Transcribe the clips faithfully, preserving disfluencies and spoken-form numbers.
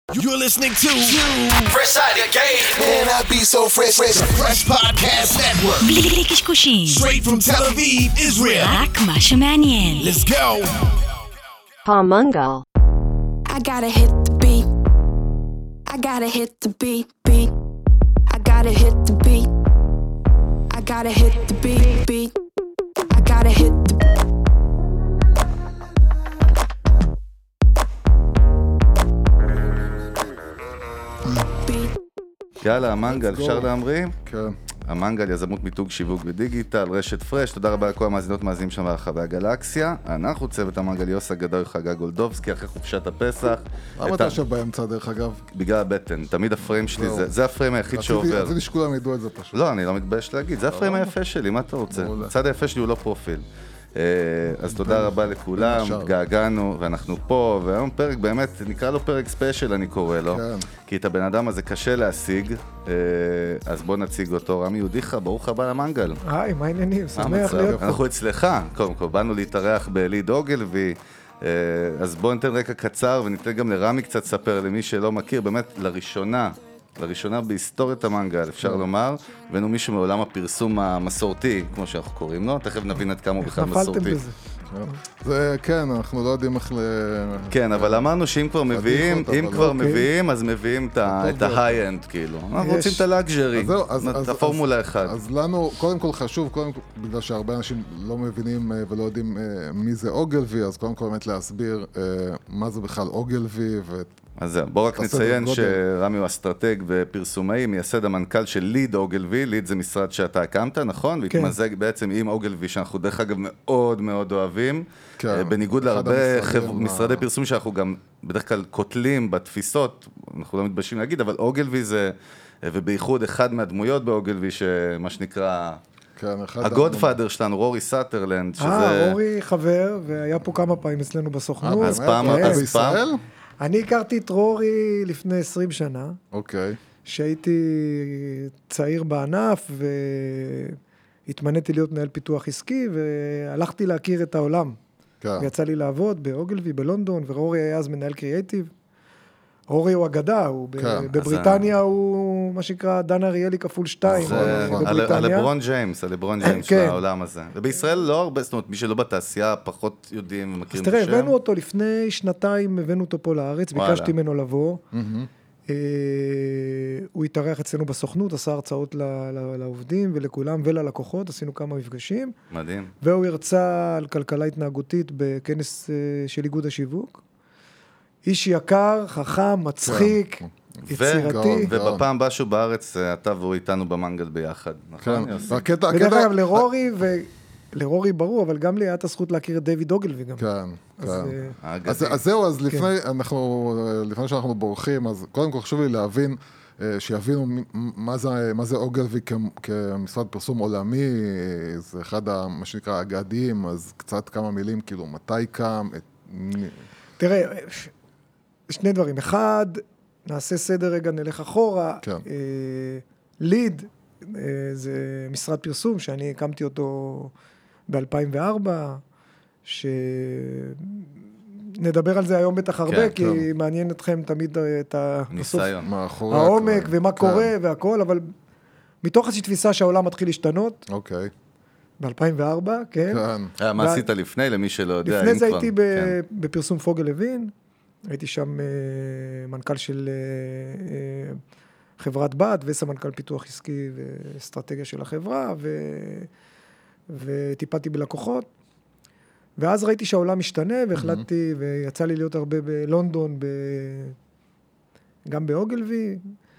You're listening to Fresh Out of Game. Man, I be so fresh, fresh, fresh podcast network. בלי קשקושים. Straight from Tel Aviv, Israel. רק מה שמעניין. Let's go. Palmungal. I gotta hit the beat. I gotta hit the beat, beat. I gotta hit the beat. I gotta hit the beat, beat. I gotta hit the beat. יאללה, המנגל, אפשר להמריא? כן. המנגל, יזמות מיתוג שיווק ודיגיטל, רשת פרש, תודה רבה לכל המאזינות מאזינים שם ברחבי הגלקסיה. אנחנו צוות המנגל יוסה גדול חגה גולדובסקי, אחרי חופשת הפסח. למה אתה יושב באמצע דרך אגב? בגלל הבטן, תמיד הפריים שלי, זה הפריים היחיד שעובר. רציתי שכולם ידעו את זה פשוט. לא, אני לא מתבייש להגיד, זה הפריים היפה שלי, מה אתה רוצה? הצד היפה שלי הוא לא פרופיל. אז תודה רבה לכולם, התגעגענו ואנחנו פה, והיום פרק באמת, נקרא לו פרק ספיישל אני קורא לו, כי את הבן אדם הזה קשה להשיג, אז בוא נציג אותו. רמי יודיך, ברוך הבא למנגל. היי, מה העניינים? שמח להיות פה. אנחנו אצלך, קודם כל, באנו להתארח בליד אוגלווי, אז בוא ניתן רקע קצר וניתן גם לרמי קצת ספר למי שלא מכיר, באמת לראשונה, לראשונה בהיסטוריית המנגל, אפשר לומר, הבאנו מישהו מעולם הפרסום המסורתי, כמו שאנחנו קוראים לו, תכף נבין עד כמה הוא בכלל מסורתי. זה כן, אנחנו לא יודעים איך ל... כן, אבל אמרנו שאם כבר מביאים, אם כבר מביאים, אז מביאים את ההיי-אנד, כאילו. אנחנו רוצים את הלאגז'רי, את הפורמולה אחד. אז לנו, קודם כל חשוב, קודם כל, בגלל שהרבה אנשים לא מבינים ולא יודעים מי זה אוגלווי, אז קודם כל באמת להסביר מה זה בכלל אוגלווי ו... אז זהו, בוא רק נציין שרמי הוא אסטרטג ופרסומאי, מייסד המנכ"ל של ליד אוגלווי, ליד זה משרד שאתה הקמת, נכון? והתמזג בעצם עם אוגלווי, שאנחנו דרך אגב מאוד מאוד אוהבים, בניגוד להרבה משרדי פרסום שאנחנו גם בדרך כלל קוטלים בתפיסות, אנחנו לא מתביישים להגיד, אבל אוגלווי זה, ובייחוד אחד מהדמויות באוגלווי, שמה שנקרא... הגודפאדר שלנו, רורי סאטרלנד, שזה... אה, רורי חבר, והיה פה כמה פעמים אצלנו בסוכנות. אז פעם, אז פעם... אני הכרתי את רורי לפני עשרים שנה. אוקיי. שהייתי צעיר בענף, והתמניתי להיות מנהל פיתוח עסקי, והלכתי להכיר את העולם. כן. ויצא לי לעבוד באוגלווי, בלונדון, ורורי היה אז מנהל קריאייטיב. רורי הוא אגדה, הוא כן. בבריטניה אז... הוא מה שנקרא דן אריאלי כפול שתיים. הלברון ג'יימס, הלברון ג'יימס של העולם הזה. ובישראל לא הרבה, זאת אומרת, מי שלא בתעשייה פחות יודעים ומכירים את השם. אז תראה, הבאנו אותו לפני שנתיים, הבאנו אותו פה לארץ, ביקשתי ממנו לבוא. הוא התארח אצלנו בסוכנות, עשה הרצאות לעובדים ולכולם וללקוחות, עשינו כמה מפגשים. מדהים. והוא הרצה על כלכלה התנהגותית בכנס של איגוד השיווק. איש יקר, חכם, מצחיק, יצירתי. ובפעם הבאה שהוא בארץ, אתה והוא איתנו במנגל ביחד, נכון? ודרך אגב, לרורי, ולרורי ברור, אבל גם לי הייתה הזכות להכיר את דיוויד אוגלווי גם. כן, כן. אז זהו, אז לפני שאנחנו בורחים, אז קודם כל חשוב לי להבין, שיבינו מה זה אוגלווי כמשרד פרסום עולמי, זה אחד, מה שנקרא, אגדיים, אז קצת כמה מילים, כאילו, מתי קם? תראה, שני דברים. אחד, נעשה סדר רגע, נלך אחורה. כן. ליד, זה משרד פרסום שאני הקמתי אותו ב-אלפיים וארבע, שנדבר על זה היום בטח הרבה, כן, כי כן. מעניין אתכם תמיד את הניסיון. העומק ומה כן. קורה והכל, אבל מתוך איזושהי תפיסה שהעולם מתחיל להשתנות. אוקיי. ב-אלפיים וארבע, כן. כן. מה עשית לפני, למי שלא יודע? לפני זה הייתי בפרסום פוגל לוין, הייתי שם מנכ"ל של חברת בת, וסמנכ"ל פיתוח עסקי ואסטרטגיה של החברה, וטיפלתי בלקוחות. ואז ראיתי שהעולם משתנה, והחלטתי, ויצא לי להיות הרבה בלונדון, גם באוגלווי,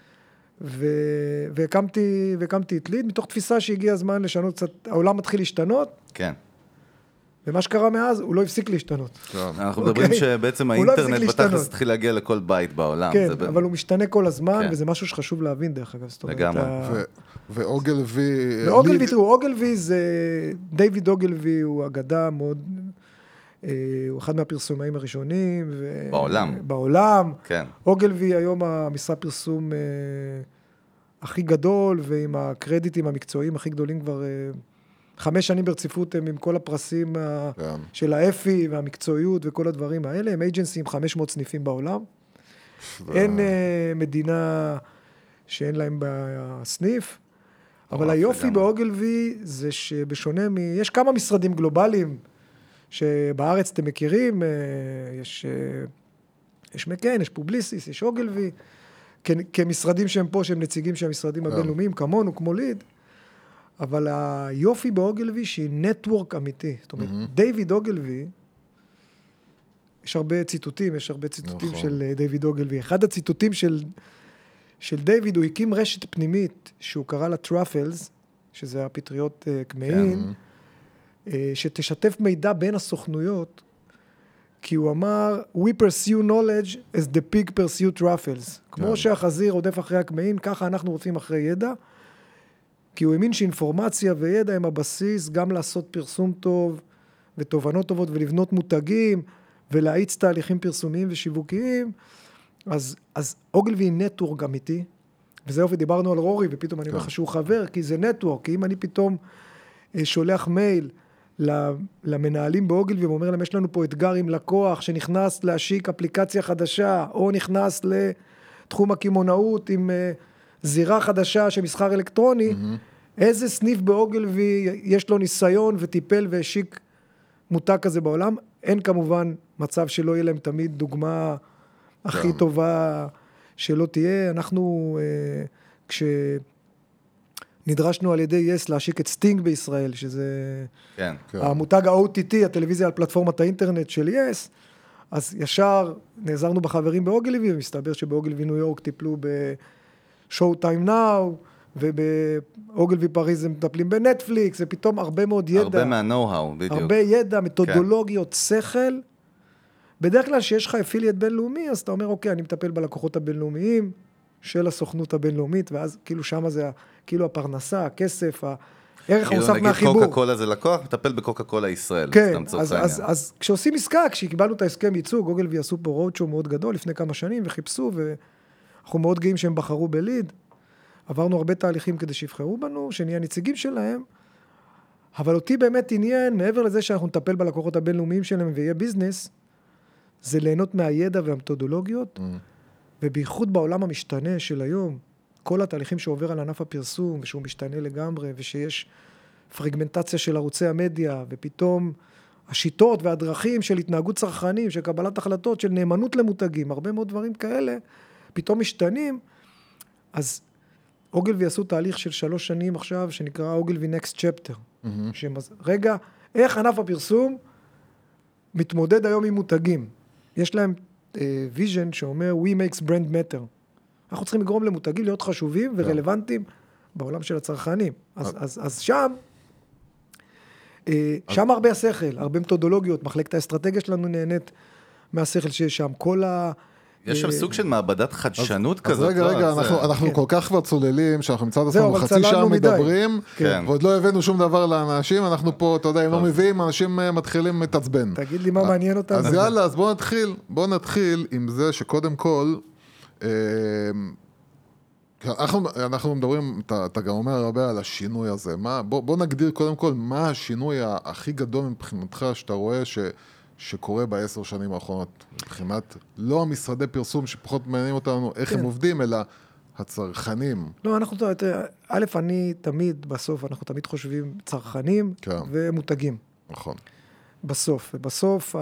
והקמתי, והקמתי את ליד, מתוך תפיסה שהגיע הזמן לשנות קצת, העולם מתחיל להשתנות. כן. ומה שקרה מאז, הוא לא הפסיק להשתנות. אנחנו מדברים שבעצם האינטרנט בתכלס התחיל להגיע לכל בית בעולם. כן, אבל הוא משתנה כל הזמן, וזה משהו שחשוב להבין דרך אגב. לגמרי. ואוגלווי... ואוגלווי, תראו, אוגלווי זה... דיוויד אוגלווי הוא אגדה מאוד... הוא אחד מהפרסומאים הראשונים. בעולם. בעולם. כן. אוגלווי היום המשרד פרסום הכי גדול, ועם הקרדיטים המקצועיים הכי גדולים כבר... חמש שנים ברציפות הם עם כל הפרסים של האפי והמקצועיות וכל הדברים האלה, הם אייג'נסי עם חמש מאות סניפים בעולם. אין מדינה שאין להם בסניף, אבל היופי באוגלווי זה שבשונה מ... יש כמה משרדים גלובליים שבארץ אתם מכירים, יש, יש מקן, יש פובליסיס, יש אוגלווי, כמשרדים שהם פה, שהם נציגים של המשרדים הבינלאומיים, כמונו, כמו ליד, אבל היופי באוגלווי שהיא נטוורק אמיתי. זאת אומרת, דיוויד אוגלווי, יש הרבה ציטוטים, יש הרבה ציטוטים של דיוויד אוגלווי. אחד הציטוטים של, של דיוויד, הוא הקים רשת פנימית, שהוא קרא לה טראפלס, שזה הפטריות כמהין, שתשתף מידע בין הסוכנויות, כי הוא אמר, we pursue knowledge as the pig pursue truffles. כמו שהחזיר עודף אחרי הכמהין, ככה אנחנו רוצים אחרי ידע, כי הוא האמין שאינפורמציה וידע הם הבסיס גם לעשות פרסום טוב, ותובנות טובות, ולבנות מותגים, ולהאיץ תהליכים פרסומיים ושיווקיים. אז, אז אוגלווי נטוורק אמיתי, וזהו, ודיברנו על רורי, ופתאום אני אומר לך שהוא חבר, כי זה נטוורק, כי אם אני פתאום שולח מייל, למנהלים באוגלווי, ואומר להם, יש לנו פה אתגר עם לקוח, שנכנס להשיק אפליקציה חדשה, או נכנס לתחום הכימונאות עם זירה חדשה של מסחר אלקטרוני, איזה סניף באוגלווי יש לו ניסיון וטיפל והשיק מותג כזה בעולם? אין כמובן מצב שלא יהיה להם תמיד דוגמה הכי טובה שלא תהיה. אנחנו, כש... נדרשנו על ידי יס להשיק את סטינג בישראל, שזה כן, המותג ה-או טי טי, הטלוויזיה על פלטפורמת האינטרנט של יס, אז ישר נעזרנו בחברים באוגלווי, ומסתבר שבאוגלווי ניו יורק טיפלו בשואו טיים נאו, ובאוגלווי פריז הם מטפלים בנטפליקס, ופתאום הרבה מאוד ידע. הרבה מה-know-how, בדיוק. הרבה ידע, מתודולוגיות, כן. שכל. בדרך כלל שיש לך אפיליאט בינלאומי, אז אתה אומר, אוקיי, אני מטפל בלקוחות הבינלאומיים, של הסוכנות הבינלאומית, ואז כאילו שמה זה כאילו הפרנסה, הכסף, הערך המוסף מהחיבור. כאילו נגיד קוקה קולה זה לקוח, מטפל בקוקה קולה ישראל. כן, אז, אז, אז כשעושים עסקה, כשקיבלנו את ההסכם ייצוג, אוגלווי עשו פה רודשו מאוד גדול לפני כמה שנים, וחיפשו, ואנחנו מאוד גאים שהם בחרו בליד. עברנו הרבה תהליכים כדי שיבחרו בנו, שנהיה נציגים שלהם, אבל אותי באמת עניין, מעבר לזה שאנחנו נטפל בלקוחות הבינלאומיים שלהם ויהיה ביזנס, זה ליהנות מהידע והמתודולוגיות, mm. ובייחוד בעולם המשתנה של היום, כל התהליכים שעובר על ענף הפרסום, ושהוא משתנה לגמרי, ושיש פרגמנטציה של ערוצי המדיה, ופתאום השיטות והדרכים של התנהגות צרכנים, של קבלת החלטות, של נאמנות למותגים, הרבה מאוד דברים כאלה, פתאום משתנים. אז אוגלווי עשו תהליך של שלוש שנים עכשיו, שנקרא אוגלווי Next Chapter. Mm-hmm. שמז... רגע, איך ענף הפרסום מתמודד היום עם מותגים? יש להם ויז'ן שאומר, we makes brand matter. אנחנו צריכים לגרום למותגים להיות חשובים ורלוונטיים בעולם של הצרכנים. אז, אז, אז שם, שם הרבה השכל, הרבה מתודולוגיות, מחלקת האסטרטגיה שלנו נהנית מהשכל שיש שם. כל ה... יש שם סוג של מעבדת חדשנות כזאת. אז רגע, רגע, אנחנו כל כך כבר צוללים, שאנחנו מצד עצמנו חצי שעה מדברים, ועוד לא הבאנו שום דבר לאנשים, אנחנו פה, אתה יודע, אם לא מביאים, אנשים מתחילים להתעצבן. תגיד לי מה מעניין אותנו. אז יאללה, אז בואו נתחיל, בואו נתחיל עם זה שקודם כל, אנחנו מדברים, אתה גם אומר הרבה על השינוי הזה, בואו נגדיר קודם כל, מה השינוי הכי גדול מבחינתך שאתה רואה ש... שקורה בעשר שנים האחרונות, מבחינת לא המשרדי פרסום שפחות מעניינים אותנו איך הם עובדים, אלא הצרכנים. לא, אנחנו, א', אני תמיד, בסוף, אנחנו תמיד חושבים צרכנים ומותגים. נכון. בסוף, ובסוף,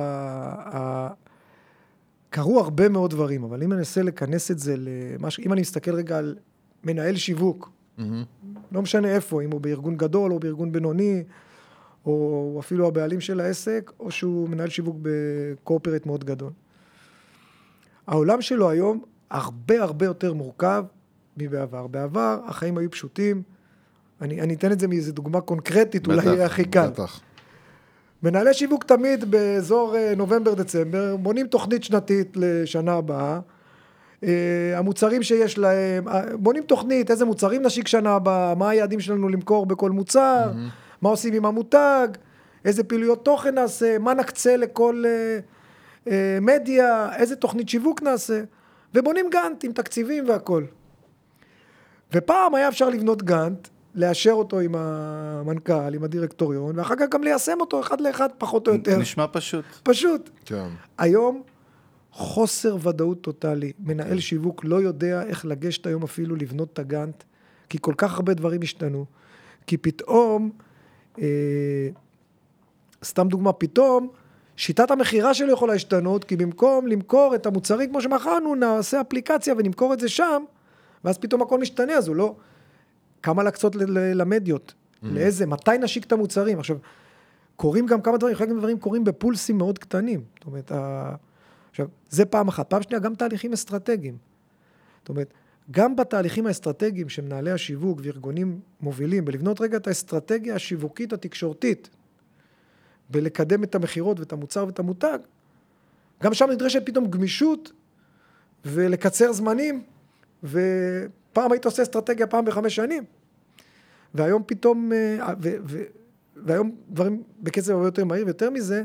קרו הרבה מאוד דברים, אבל אם אני אנסה לכנס את זה, אם אני מסתכל רגע על מנהל שיווק, לא משנה איפה, אם הוא בארגון גדול או בארגון בינוני, או אפילו הבעלים של העסק, או שהוא מנהל שיווק בקורפרט מאוד גדול. העולם שלו היום הרבה הרבה יותר מורכב מבעבר. בעבר החיים היו פשוטים, אני, אני אתן את זה מאיזו דוגמה קונקרטית, בטח, אולי הכי קל. בטח. מנהלי שיווק תמיד באזור נובמבר-דצמבר, בונים תוכנית שנתית לשנה הבאה, המוצרים שיש להם, בונים תוכנית, איזה מוצרים נשיק שנה הבאה, מה היעדים שלנו למכור בכל מוצר, mm-hmm. מה עושים עם המותג, איזה פעילויות תוכן נעשה, מה נקצה לכל uh, uh, מדיה, איזה תוכנית שיווק נעשה, ובונים גאנט עם תקציבים והכל. ופעם היה אפשר לבנות גאנט, לאשר אותו עם המנכ"ל, עם הדירקטוריון, ואחר כך גם ליישם אותו אחד לאחד פחות או יותר. נשמע פשוט. פשוט. כן. היום חוסר ודאות טוטלי. מנהל שיווק לא יודע איך לגשת היום אפילו לבנות את הגאנט, כי כל כך הרבה דברים השתנו. כי פתאום, אה, סתם דוגמה, פתאום, שיטת המחירה שלו יכולה להשתנות, כי במקום למכור את המוצרים כמו שמכרנו, נעשה אפליקציה ונמכור את זה שם, ואז פתאום הכל משתנה, אז הוא לא... כמה להקצות למדיות, mm-hmm. לאיזה, מתי נשיק את המוצרים. עכשיו, קוראים גם כמה דברים, חלק מהדברים קוראים בפולסים מאוד קטנים. זאת אומרת, ה... עכשיו, זה פעם אחת. פעם שנייה, גם תהליכים אסטרטגיים. זאת אומרת, גם בתהליכים האסטרטגיים שמנהלי השיווק וארגונים מובילים, בלבנות רגע את האסטרטגיה השיווקית התקשורתית, בלקדם את המחירות ואת המוצר ואת המותג, גם שם נדרשת פתאום גמישות ולקצר זמנים, ופעם היית עושה אסטרטגיה פעם בחמש שנים, והיום פתאום, ו, ו, והיום דברים בקצב הרבה יותר מהיר, ויותר מזה,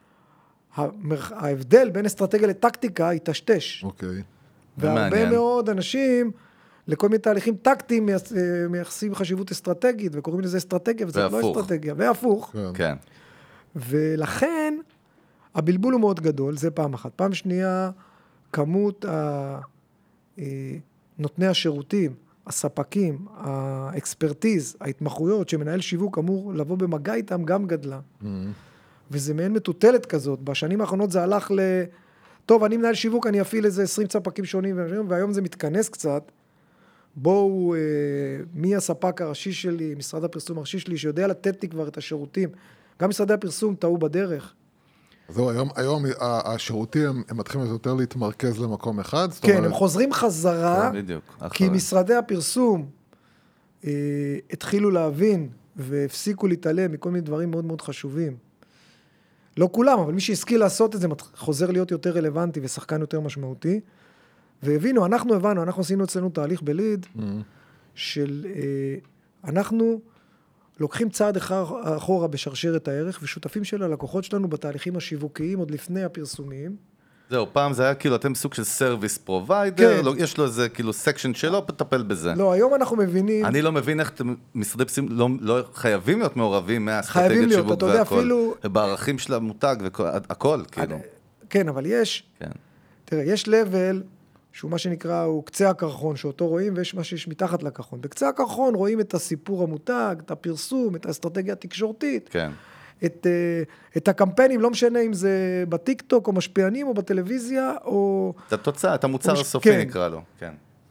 ההבדל בין אסטרטגיה לטקטיקה יטשטש. אוקיי. והרבה מאוד אנשים, לכל מיני תהליכים טקטיים, מייחסים חשיבות אסטרטגית, וקוראים לזה אסטרטגיה, וזה לא אסטרטגיה, והפוך. כן. ולכן, הבלבול הוא מאוד גדול, זה פעם אחת. פעם שנייה, כמות נותני השירותים, הספקים, האקספרטיז, ההתמחויות, שמנהל שיווק אמור לבוא במגע איתם, גם גדלה. וזה מעין מטוטלת כזאת. בשנים האחרונות זה הלך ל... טוב, אני מנהל שיווק, אני אפעיל איזה עשרים ספקים שונים, והיום זה מתכנס קצת. בואו, מי הספק הראשי שלי, משרד הפרסום הראשי שלי, שיודע לתת לי כבר את השירותים. גם משרדי הפרסום טעו בדרך. זהו, היום, היום השירותים הם, הם מתחילים יותר להתמרכז למקום אחד. כן, אומרת... הם חוזרים חזרה, כן, בדיוק, כי אחרי. משרדי הפרסום אה, התחילו להבין והפסיקו להתעלם מכל מיני דברים מאוד מאוד חשובים. לא כולם, אבל מי שהשכיל לעשות את זה חוזר להיות יותר רלוונטי ושחקן יותר משמעותי. והבינו, אנחנו הבנו, אנחנו עשינו אצלנו תהליך בליד, mm-hmm. של אה, אנחנו... לוקחים צעד אחורה בשרשרת הערך, ושותפים של הלקוחות שלנו בתהליכים השיווקיים, עוד לפני הפרסומיים. זהו, פעם זה היה כאילו, אתם סוג של סרוויס פרוביידר, כן. יש לו איזה כאילו סקשן שלו, תטפל בזה. לא, היום אנחנו מבינים... אני לא מבין איך אתם, משרדי פרסום לא, לא חייבים להיות מעורבים מהאסטרטגיית שיווק והכל. אתה יודע, אפילו... בערכים של המותג והכל, כאילו. כן, אבל יש... כן. תראה, יש לבל... שהוא מה שנקרא, הוא קצה הקרחון שאותו רואים, ויש מה שיש מתחת לקרחון. בקצה הקרחון רואים את הסיפור המותג, את הפרסום, את האסטרטגיה התקשורתית, כן. את, את הקמפיינים, לא משנה אם זה בטיקטוק, או משפיענים, או בטלוויזיה, או... את התוצאה, את המוצר או הסופי כן. נקרא לו, כן.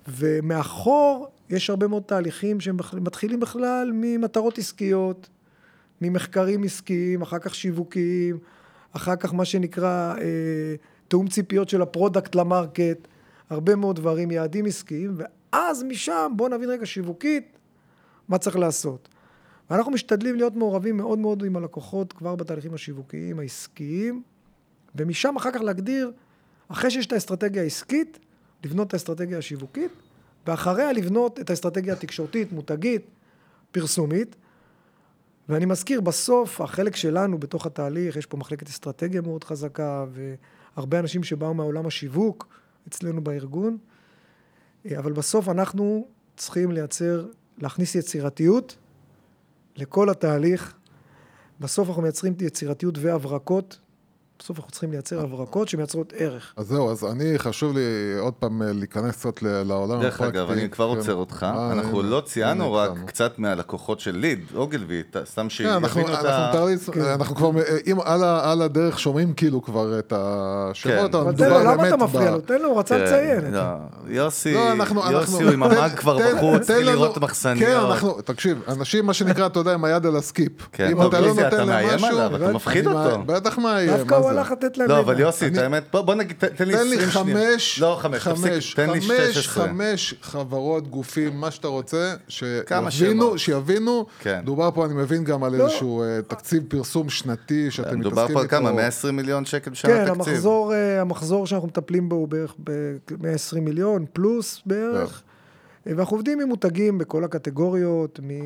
ומאחור יש הרבה מאוד תהליכים שמתחילים בכלל ממטרות עסקיות, ממחקרים עסקיים, אחר כך שיווקיים, אחר כך מה שנקרא, אה, תאום ציפיות של הפרודקט למרקט, הרבה מאוד דברים, יעדים עסקיים, ואז משם בואו נבין רגע שיווקית מה צריך לעשות. ואנחנו משתדלים להיות מעורבים מאוד מאוד עם הלקוחות כבר בתהליכים השיווקיים, העסקיים, ומשם אחר כך להגדיר, אחרי שיש את האסטרטגיה העסקית, לבנות את האסטרטגיה השיווקית, ואחריה לבנות את האסטרטגיה התקשורתית, מותגית, פרסומית. ואני מזכיר, בסוף החלק שלנו בתוך התהליך, יש פה מחלקת אסטרטגיה מאוד חזקה, והרבה אנשים שבאו מהעולם השיווק, אצלנו בארגון, אבל בסוף אנחנו צריכים לייצר, להכניס יצירתיות לכל התהליך. בסוף אנחנו מייצרים יצירתיות והברקות, בסוף אנחנו צריכים לייצר הברקות שמייצרות ערך. אז זהו, אז אני, חשוב לי עוד פעם להיכנס קצת לעולם הפרקטי. דרך אגב, אני כבר עוצר אותך, אנחנו לא ציינו רק קצת מהלקוחות של ליד, אוגלווי, סתם שיבינו את ה... אנחנו כבר, על הדרך שומעים כאילו כבר את השמות. למה אתה מפריע לו? תן לו, הוא רצה לציין. יוסי, יוסי הוא עם המאג כבר בחוץ, לראות מחסניות. כן, תקשיב, אנשים, מה שנקרא, אתה יודע, עם היד על הסקיפ. אם אתה לא נותן למשהו, אתה מפחיד אותו. בטח מה דווקא הוא הלך לתת להם... לא, אבל יוסי, את האמת, בוא נגיד, תן לי עשרים שניות. תן לי חמש, לא, חמש, תפסיק, תן לי שש עשרה. חמש חברות, גופים, מה שאתה רוצה, שיבינו, שיבינו, דובר פה, אני מבין גם על איזשהו תקציב פרסום שנתי, שאתם מתעסקים איתו. דובר פה על כמה, מאה ועשרים מיליון שקל בשנה תקציב. כן, המחזור שאנחנו מטפלים בו הוא בערך ב-מאה ועשרים מיליון, פלוס בערך, ואנחנו עובדים עם מותגים בכל הקטגוריות, מ...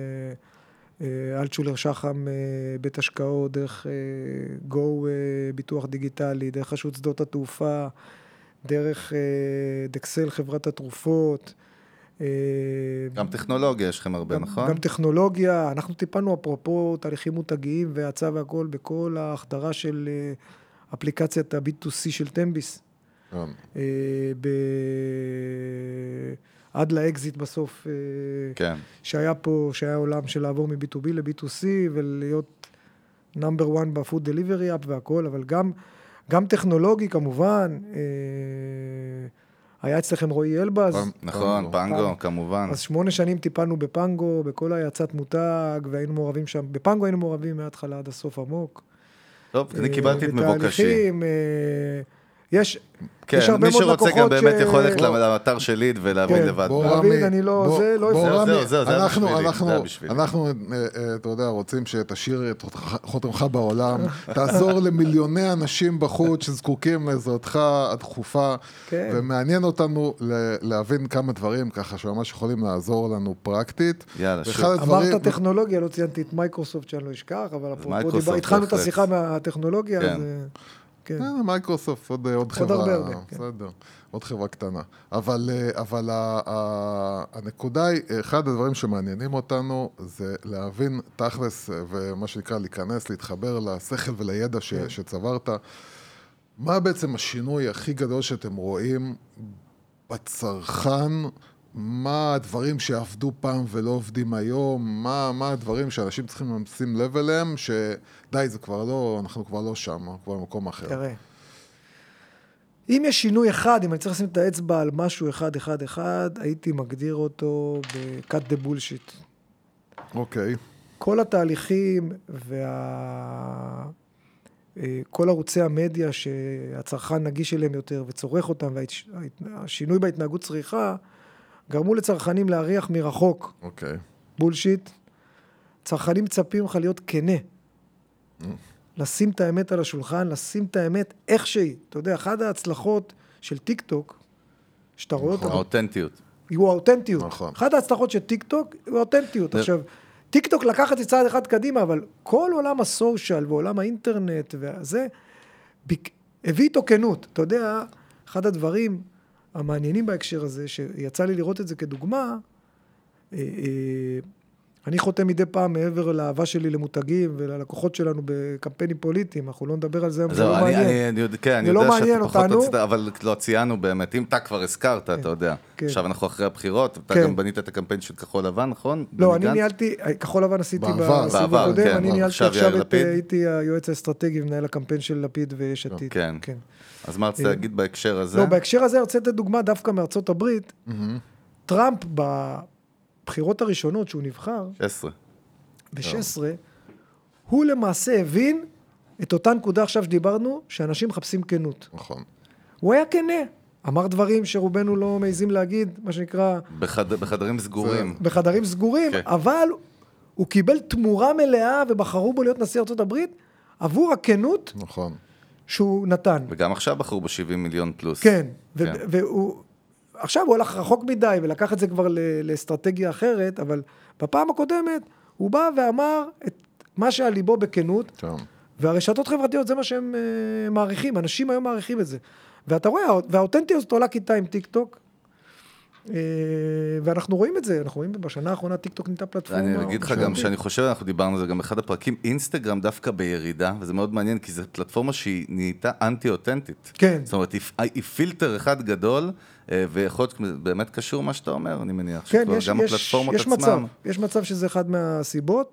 אלטשולר שחם בית השקעות, דרך גו ביטוח דיגיטלי, דרך רשות שדות התעופה, דרך דקסל חברת התרופות. גם טכנולוגיה יש לכם הרבה, נכון? גם טכנולוגיה, אנחנו טיפלנו אפרופו תהליכים מותגיים והצע והכל בכל ההחדרה של אפליקציית ה-בי טו סי של טמביס. עד לאקזיט בסוף, שהיה פה, שהיה עולם של לעבור מ-בי טו בי ל-בי טו סי, ולהיות נאמבר וואן בפוד דליברי אפ והכל, אבל גם, גם טכנולוגי כמובן, היה אצלכם רועי אלבז. נכון, פנגו, כמובן. אז שמונה שנים טיפלנו בפנגו, בכל היצאת מותג, והיינו מעורבים שם, בפנגו היינו מעורבים מההתחלה עד הסוף עמוק. טוב, אני קיבלתי את מבוקשי. יש... כן, מי שרוצה גם באמת יכול ללכת לאתר של ליד ולהבין לבד. להבין, אני לא... זה לא זהו, זהו, זה היה בשבילי. אנחנו, אתה יודע, רוצים שתשאיר את חותמך בעולם, תעזור למיליוני אנשים בחוץ שזקוקים לעזרתך הדחופה, ומעניין אותנו להבין כמה דברים ככה שממש יכולים לעזור לנו פרקטית. יאללה, שוב. אמרת טכנולוגיה, לא ציינתי את מייקרוסופט שאני לא אשכח, אבל התחלנו את השיחה מהטכנולוגיה, אז... כן, מייקרוסופט, עוד חברה, בסדר, עוד חברה קטנה. אבל, אבל הנקודה היא, אחד הדברים שמעניינים אותנו, זה להבין תכלס, ומה שנקרא להיכנס, להתחבר לשכל ולידע שצברת. מה בעצם השינוי הכי גדול שאתם רואים בצרכן? מה הדברים שעבדו פעם ולא עובדים היום? מה, מה הדברים שאנשים צריכים לשים לב אליהם, שדי, זה כבר לא, אנחנו כבר לא שם, כבר במקום אחר. תראה, אם יש שינוי אחד, אם אני צריך לשים את האצבע על משהו אחד, אחד, אחד, הייתי מגדיר אותו ב-cut the bullshit. אוקיי. כל התהליכים וה... כל ערוצי המדיה שהצרכן נגיש אליהם יותר וצורך אותם, והשינוי בהתנהגות צריכה, גרמו לצרכנים להריח מרחוק. אוקיי. בולשיט. צרכנים מצפים לך להיות כנה. Mm. לשים את האמת על השולחן, לשים את האמת איך שהיא. אתה יודע, אחת ההצלחות של טיק טוק, שאתה רואה אותה... האותנטיות. הוא האותנטיות. נכון. אחת ההצלחות של טיק טוק הוא האותנטיות. עכשיו, טיק טוק לקח את זה צעד אחד קדימה, אבל כל עולם הסושיאל ועולם האינטרנט וזה, הביא איתו כנות. אתה יודע, אחד הדברים... המעניינים בהקשר הזה, שיצא לי לראות את זה כדוגמה, אני חותם מדי פעם מעבר לאהבה שלי למותגים וללקוחות שלנו בקמפיינים פוליטיים, אנחנו לא נדבר על זה, זה לא מעניין. זה לא מעניין אותנו. אבל לא ציינו באמת, אם אתה כבר הזכרת, אתה יודע, עכשיו אנחנו אחרי הבחירות, אתה גם בנית את הקמפיין של כחול לבן, נכון? לא, אני ניהלתי, כחול לבן עשיתי בסיבוב הקודם, אני ניהלתי עכשיו את, הייתי היועץ האסטרטגי ומנהל הקמפיין של לפיד ויש עתיד. כן. אז מה רצית להגיד בהקשר הזה? לא, בהקשר הזה רציתי לתת דוגמה דווקא מארצות הברית. טראמפ בבחירות הראשונות שהוא נבחר, שש עשרה. ב-שש עשרה, הוא למעשה הבין את אותה נקודה עכשיו שדיברנו, שאנשים מחפשים כנות. נכון. הוא היה כנה. אמר דברים שרובנו לא מעיזים להגיד, מה שנקרא... בחדרים סגורים. בחדרים סגורים, אבל הוא קיבל תמורה מלאה, ובחרו בו להיות נשיא ארצות הברית, עבור הכנות. נכון. שהוא נתן. וגם עכשיו בחרו ב-שבעים מיליון פלוס. כן, והוא, עכשיו הוא הלך רחוק מדי, ולקח את זה כבר לאסטרטגיה אחרת, אבל בפעם הקודמת, הוא בא ואמר את מה שעל ליבו בכנות, והרשתות חברתיות זה מה שהם מעריכים, אנשים היום מעריכים את זה. ואתה רואה, והאותנטיות הזאת עולה כיתה עם טיק טוק, ואנחנו רואים את זה, אנחנו רואים בשנה האחרונה טיק טוק ניתה פלטפורמה. אני אגיד לך גם שאני חושב, אנחנו דיברנו על זה גם באחד הפרקים, אינסטגרם דווקא בירידה, וזה מאוד מעניין, כי זו פלטפורמה שהיא נהייתה אנטי-אותנטית. כן. זאת אומרת, היא פילטר אחד גדול, ויכול להיות באמת קשור מה שאתה אומר, אני מניח. כן, גם הפלטפורמות עצמם. יש מצב שזה אחד מהסיבות,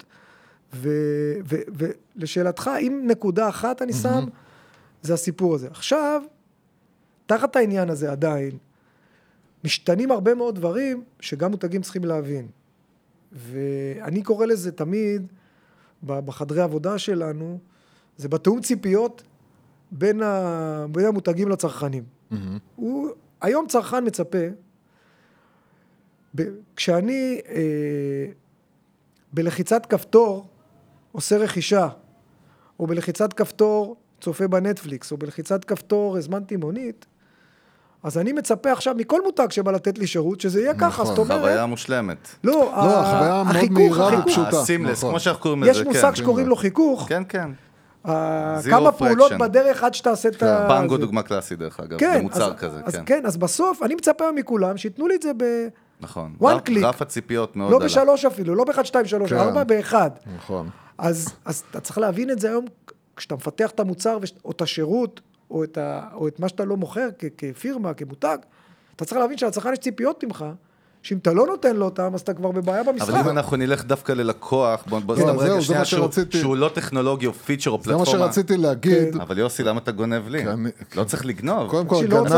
ולשאלתך, אם נקודה אחת אני שם, זה הסיפור הזה. עכשיו, תחת העניין הזה עדיין, משתנים הרבה מאוד דברים שגם מותגים צריכים להבין. ואני קורא לזה תמיד, בחדרי עבודה שלנו, זה בתאום ציפיות בין, ה... בין המותגים לצרכנים. Mm-hmm. הוא... היום צרכן מצפה, ב... כשאני אה... בלחיצת כפתור עושה רכישה, או בלחיצת כפתור צופה בנטפליקס, או בלחיצת כפתור הזמנתי מונית, אז אני מצפה עכשיו מכל מותג שבא לתת לי שירות, שזה יהיה ככה, זאת אומרת... חוויה מושלמת. לא, החוויה מאוד מהירה ופשוטה. הסימלס, כמו שאנחנו קוראים לזה, יש מושג שקוראים לו חיכוך. כן, כן. כמה פעולות בדרך עד שתעשה את ה... פנגו דוגמה קלאסי דרך אגב, זה מוצר כזה. אז כן, אז בסוף אני מצפה מכולם שיתנו לי את זה ב... נכון. one click. רף הציפיות מאוד לא עלה. בשלוש אפילו, לא באחד, שתיים, שלוש, ארבע, באחד. נכון. אז אתה צריך להבין את זה היום, כשאתה מפתח את המוצר או את השירות, או את, ה, או את מה שאתה לא מוכר כ, כפירמה, כמותג, אתה צריך להבין שהצרכן יש ציפיות ממך, שאם אתה לא נותן לו אותם, אז אתה כבר בבעיה במשחק. אבל אם אנחנו נלך דווקא ללקוח, בוא נדבר רגע שנייה, שהוא לא טכנולוגי או פיצ'ר או פלטפורמה. זה מה שרציתי להגיד. אבל יוסי, למה אתה גונב לי? לא צריך לגנוב. קודם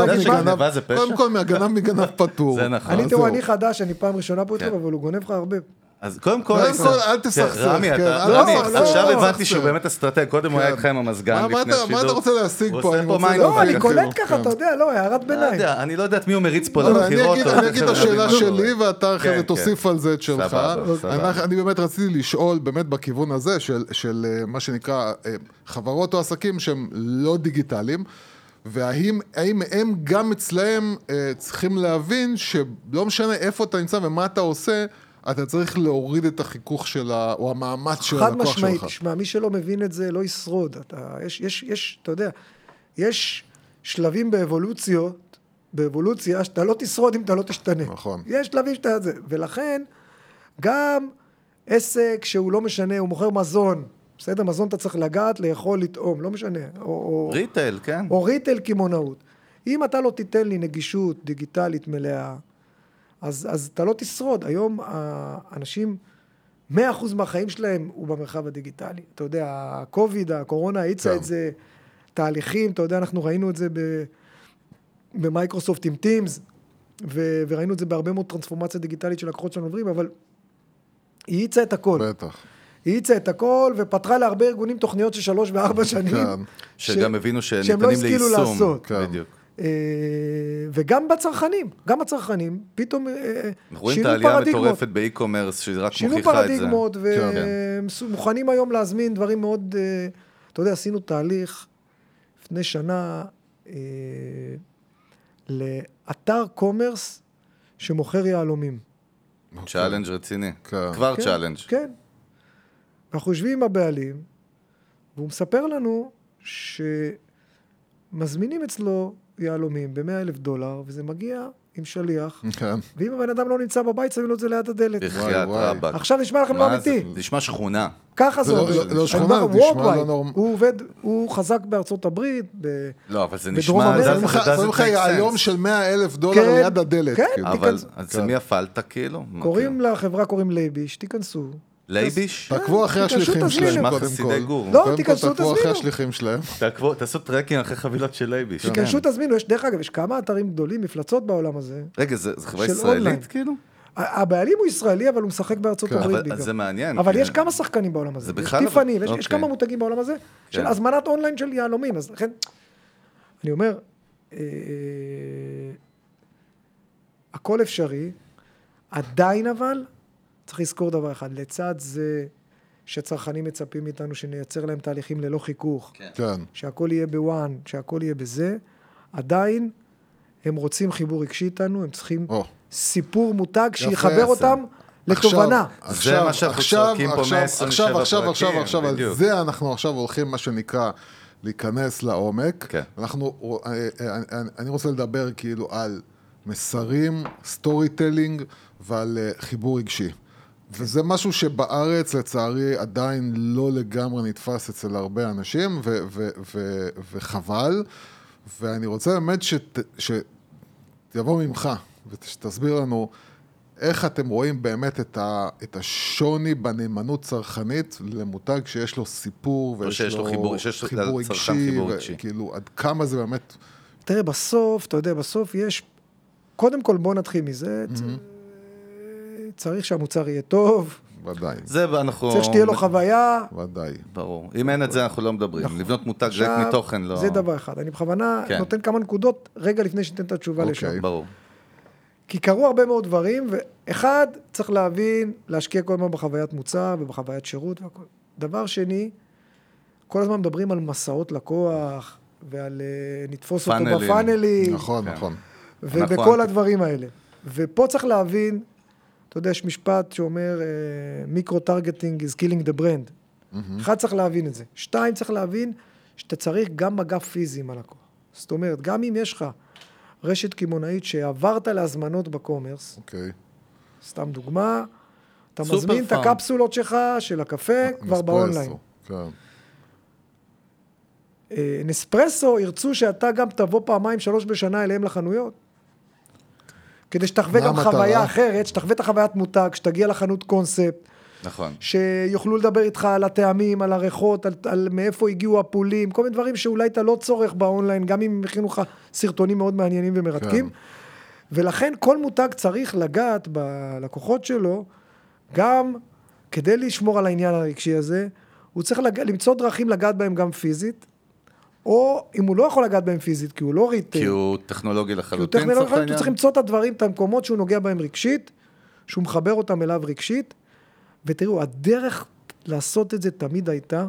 כל, מהגנב מגנב פטור. זה נכון. אני תראו, אני חדש, אני פעם ראשונה פה איתו, אבל הוא גונב לך הרבה. אז קודם כל, אל תסכסך. רמי, עכשיו הבנתי שהוא באמת אסטרטג, קודם הוא היה איתך עם המזגן לפני שידור. מה אתה רוצה להשיג פה? לא, אני קולט ככה, אתה יודע, לא, הערת ביניים. אני לא יודעת מי הוא מריץ פה לבחירות. אני אגיד את השאלה שלי, ואתה אחרי זה תוסיף על זה את שלך. אני באמת רציתי לשאול, באמת בכיוון הזה, של מה שנקרא חברות או עסקים שהם לא דיגיטליים, והאם הם גם אצלהם צריכים להבין שלא משנה איפה אתה נמצא ומה אתה עושה, אתה צריך להוריד את החיכוך שלה, או המאמץ של הלקוח שלך. חד משמעית, תשמע, מי שלא מבין את זה לא ישרוד. אתה, יש, יש, יש, אתה יודע, יש שלבים באבולוציות, באבולוציה, שאתה לא תשרוד אם אתה לא תשתנה. נכון. יש שלבים שאתה זה, ולכן, גם עסק שהוא לא משנה, הוא מוכר מזון, בסדר, מזון אתה צריך לגעת, לאכול, לטעום, לא משנה. או, ריטל, כן. או ריטל כימונאות. אם אתה לא תיתן לי נגישות דיגיטלית מלאה, אז, אז אתה לא תשרוד. היום האנשים, מאה אחוז מהחיים שלהם הוא במרחב הדיגיטלי. אתה יודע, הקוביד, הקורונה, האיצה את זה, תהליכים, אתה יודע, אנחנו ראינו את זה במייקרוסופט עם טימס, ו- וראינו את זה בהרבה מאוד טרנספורמציה דיגיטלית של לקוחות שלנו עוברים, אבל היא האיצה את הכל. בטח. היא האיצה את הכל, ופתחה להרבה ארגונים תוכניות של שלוש וארבע שנים. כן. שגם הבינו שניתנים ליישום. בדיוק. וגם בצרכנים, גם בצרכנים, פתאום אנחנו רואים את העלייה מטורפת באי-קומרס, שזה רק מוכיחה את זה. שינו פרדיגמות, ומוכנים היום להזמין דברים מאוד, אתה יודע, עשינו תהליך לפני שנה לאתר קומרס שמוכר יהלומים. צ'אלנג' רציני, כבר צ'אלנג'. כן, אנחנו יושבים עם הבעלים, והוא מספר לנו שמזמינים אצלו יהלומים ב-מאה אלף דולר, וזה מגיע עם שליח, ואם הבן אדם לא נמצא בבית, שמים לו את זה ליד הדלת. בחייאת רבאק. עכשיו נשמע לכם לא אמיתי. זה נשמע שכונה. ככה זה עובד. לא שכונה, זה נשמע לא נורמל. הוא עובד, הוא חזק בארצות הברית, לא, אבל זה נשמע, זה שמים לך היום של מאה אלף דולר ליד הדלת. כן, אבל זה מי הפלטה כאילו? קוראים לחברה, קוראים לייביש, תיכנסו. לייביש? תעקבו אחרי השליחים שלהם, קודם כל. לא, תיכנסו, תעקבו אחרי השליחים שלהם. תעשו טרקים אחרי חבילות של לייביש. תיכנסו, תזמינו. דרך אגב, יש כמה אתרים גדולים, מפלצות בעולם הזה. רגע, זה חברה ישראלית כאילו? הבעלים הוא ישראלי, אבל הוא משחק בארצות הברית. אבל זה מעניין. אבל יש כמה שחקנים בעולם הזה. יש טיפני, יש כמה מותגים בעולם הזה, של הזמנת אונליין של יהלומים. אז לכן, אני אומר, הכל אפשרי, עדיין אבל, צריך לזכור דבר אחד, לצד זה שצרכנים מצפים מאיתנו שנייצר להם תהליכים ללא חיכוך, כן. שהכל יהיה בוואן, שהכל יהיה בזה, עדיין הם רוצים חיבור רגשי איתנו, הם צריכים oh. סיפור מותג שיחבר אותם לתובנה. זה מה שאנחנו צועקים פה מאה עשרים ושבע פרקים. עכשיו, עכשיו, עכשיו, על זה אנחנו עכשיו הולכים מה שנקרא להיכנס לעומק. אנחנו, אני רוצה לדבר כאילו על מסרים, סטורי טלינג ועל חיבור רגשי. וזה משהו שבארץ, לצערי, עדיין לא לגמרי נתפס אצל הרבה אנשים, ו- ו- ו- וחבל. ואני רוצה באמת שת- שתבוא ממך, ושתסביר לנו איך אתם רואים באמת את, ה- את השוני בנאמנות צרכנית למותג שיש לו סיפור, ויש לו, לו חיבור, שיש חיבור רגשי, וכאילו, עד כמה זה באמת... תראה, בסוף, אתה יודע, בסוף יש... קודם כל, בוא נתחיל מזה, mm-hmm. צריך שהמוצר יהיה טוב. ודאי. זה אנחנו... צריך שתהיה לו חוויה. ודאי. ברור. אם אין את זה, אנחנו לא מדברים. נכון. לבנות מותג ריק מתוכן, לא... זה דבר אחד. אני בכוונה כן. נותן כמה נקודות, רגע לפני שניתן את התשובה אוקיי. לשם. ברור. כי קרו הרבה מאוד דברים, ואחד, צריך להבין, להשקיע כל הזמן בחוויית מוצר ובחוויית שירות והכל. דבר שני, כל הזמן מדברים על מסעות לקוח, ועל נתפוס אותו בפאנלים. נכון, נכון. ובכל הדברים האלה. ופה צריך להבין, אתה יודע, יש משפט שאומר, מיקרו-טרגטינג is killing the brand. אחד, צריך להבין את זה. שתיים, צריך להבין שאתה צריך גם מגע פיזי עם הלקוח. זאת אומרת, גם אם יש לך רשת קימונאית שעברת להזמנות בקומרס, אוקיי. סתם דוגמה, אתה מזמין את הקפסולות שלך, של הקפה, כבר באונליין. כן. נספרסו ירצו שאתה גם תבוא פעמיים שלוש בשנה אליהם לחנויות, כדי שתחווה גם חוויה אחרת, שתחווה את החוויית מותג, שתגיע לחנות קונספט, נכון. שיוכלו לדבר איתך על הטעמים, על הריחות, על, על מאיפה הגיעו הפולים, כל מיני דברים שאולי אתה לא צורך באונליין, גם אם הכינו לך סרטונים מאוד מעניינים ומרתקים. כן. ולכן כל מותג צריך לגעת בלקוחות שלו, גם כדי לשמור על העניין הרגשי הזה, הוא צריך לג... למצוא דרכים לגעת בהם גם פיזית, או אם הוא לא יכול לגעת בהם פיזית, כי הוא לא ריטל. כי הוא טכנולוגי לחלוטין. כי הוא טכנולוגי לחלוטין, הוא צריך למצוא את הדברים, את המקומות שהוא נוגע בהם רגשית, שהוא מחבר אותם אליו רגשית, ותראו, הדרך לעשות את זה תמיד הייתה,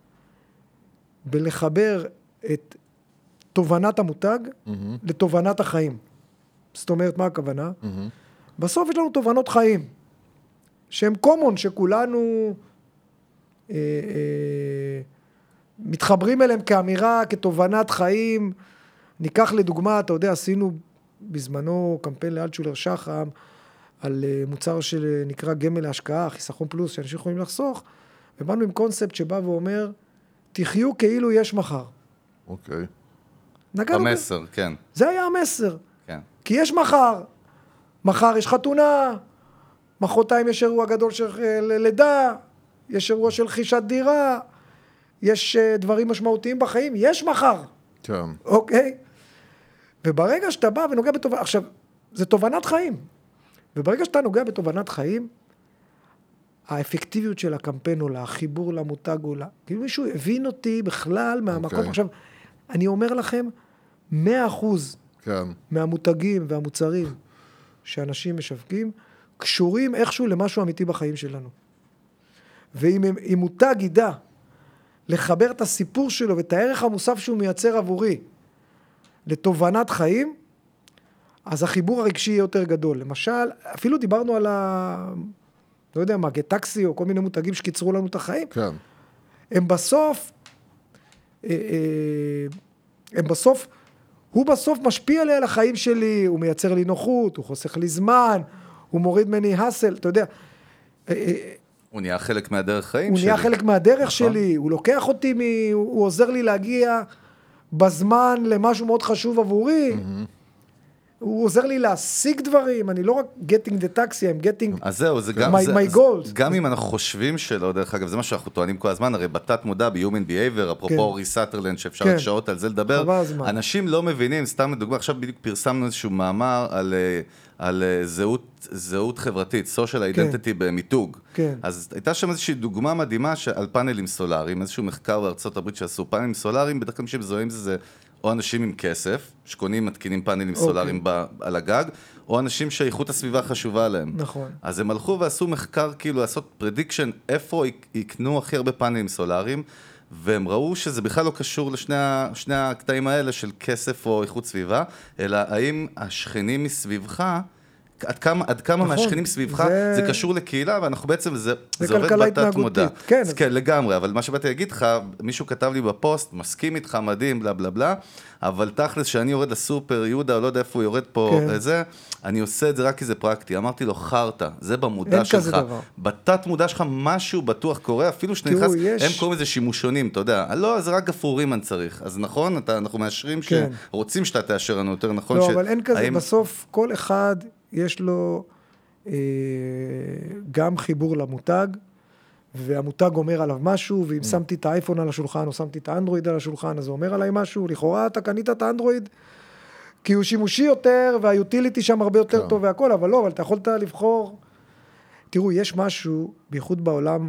בלחבר את תובנת המותג, mm-hmm. לתובנת החיים. זאת אומרת, מה הכוונה? Mm-hmm. בסוף יש לנו תובנות חיים, שהם קומון, שכולנו אה, אה, מתחברים אליהם כאמירה, כתובנת חיים. ניקח לדוגמה, אתה יודע, עשינו בזמנו קמפיין לאלטשולר שחם, על מוצר שנקרא גמל להשקעה, חיסכון פלוס, שאנשים יכולים לחסוך, ובאנו עם קונספט שבא ואומר, תחיו כאילו יש מחר. אוקיי. המסר, כן. זה היה המסר. כן. כי יש מחר. מחר יש חתונה, מחרתיים יש אירוע גדול של לידה, יש אירוע של חישת דירה, יש דברים משמעותיים בחיים, יש מחר. כן. אוקיי? וברגע שאתה בא ונוגע בתובנת, עכשיו, זה תובנת חיים. וברגע שאתה נוגע בתובנת חיים, האפקטיביות של הקמפיין עולה, החיבור למותג עולה. כאילו מישהו הבין אותי בכלל מהמקום. Okay. עכשיו, אני אומר לכם, מאה אחוז כן. מהמותגים והמוצרים שאנשים משווקים, קשורים איכשהו למשהו אמיתי בחיים שלנו. ואם אם מותג ידע לחבר את הסיפור שלו ואת הערך המוסף שהוא מייצר עבורי לתובנת חיים, אז החיבור הרגשי יהיה יותר גדול. למשל, אפילו דיברנו על ה... לא יודע מה, גטקסי או כל מיני מותגים שקיצרו לנו את החיים. כן. הם בסוף, הם בסוף, הוא בסוף משפיע לי על החיים שלי, הוא מייצר לי נוחות, הוא חוסך לי זמן, הוא מוריד מני הסל, אתה יודע. הוא נהיה חלק מהדרך חיים הוא שלי. הוא נהיה חלק מהדרך שלי, הוא לוקח אותי, מ... הוא עוזר לי להגיע בזמן למשהו מאוד חשוב עבורי. הוא עוזר לי להשיג דברים, אני לא רק getting the taxi, I'm getting אז זהו, זה גם, my, זה, my goals. גם אם אנחנו חושבים שלא, דרך אגב, זה מה שאנחנו טוענים כל הזמן, הרי בתת מודע, ב-human behavior, אפרופו אורי סאטרלנד, שאפשר כן. שעות על זה לדבר, אנשים לא מבינים, סתם לדוגמה, עכשיו בדיוק פרסמנו איזשהו מאמר על, על זהות, זהות חברתית, social identity כן. במיתוג. כן. אז הייתה שם איזושהי דוגמה מדהימה על פאנלים סולאריים, איזשהו מחקר בארצות הברית שעשו פאנלים סולאריים, בדרך כלל שמזוהים זה זה או אנשים עם כסף, שקונים, מתקינים פאנלים סולאריים על הגג, או אנשים שאיכות הסביבה חשובה להם. נכון. אז הם הלכו ועשו מחקר, כאילו, לעשות prediction, איפה יקנו הכי הרבה פאנלים סולאריים, והם ראו שזה בכלל לא קשור לשני הקטעים האלה של כסף או איכות סביבה, אלא האם השכנים מסביבך, עד כמה, עד כמה נכון, מהשכנים סביבך, זה... זה קשור לקהילה, ואנחנו בעצם, זה, זה, זה עובד בתת מודע. כן. אז כן, לגמרי, אבל מה שבאתי להגיד לך, מישהו כתב לי בפוסט, מסכים איתך, מדהים, בלה בלה בלה, אבל תכלס שאני יורד לסופר, יהודה, או לא יודע איפה הוא יורד פה, כן. זה, אני עושה את זה רק כי זה פרקטי. אמרתי לו, חרטה, זה במודע שלך. בתת מודע שלך משהו בטוח קורה, אפילו שנכנס, יש... הם קוראים איזה שימושונים, אתה יודע, לא, זה רק גפרורים אני צריך. אז נכון, אתה, אנחנו מאשרים כן. שרוצים שאתה תאשר לנו יותר, נכון? לא, ש... אבל אין כזה, האם... בסוף כל אחד יש לו אה, גם חיבור למותג, והמותג אומר עליו משהו, ואם שמתי את האייפון על השולחן, או שמתי את האנדרואיד על השולחן, אז הוא אומר עליי משהו, לכאורה אתה קנית את האנדרואיד, כי הוא שימושי יותר, והיוטיליטי שם הרבה יותר טוב והכל, אבל לא, אבל אתה יכולת לבחור. תראו, יש משהו, בייחוד בעולם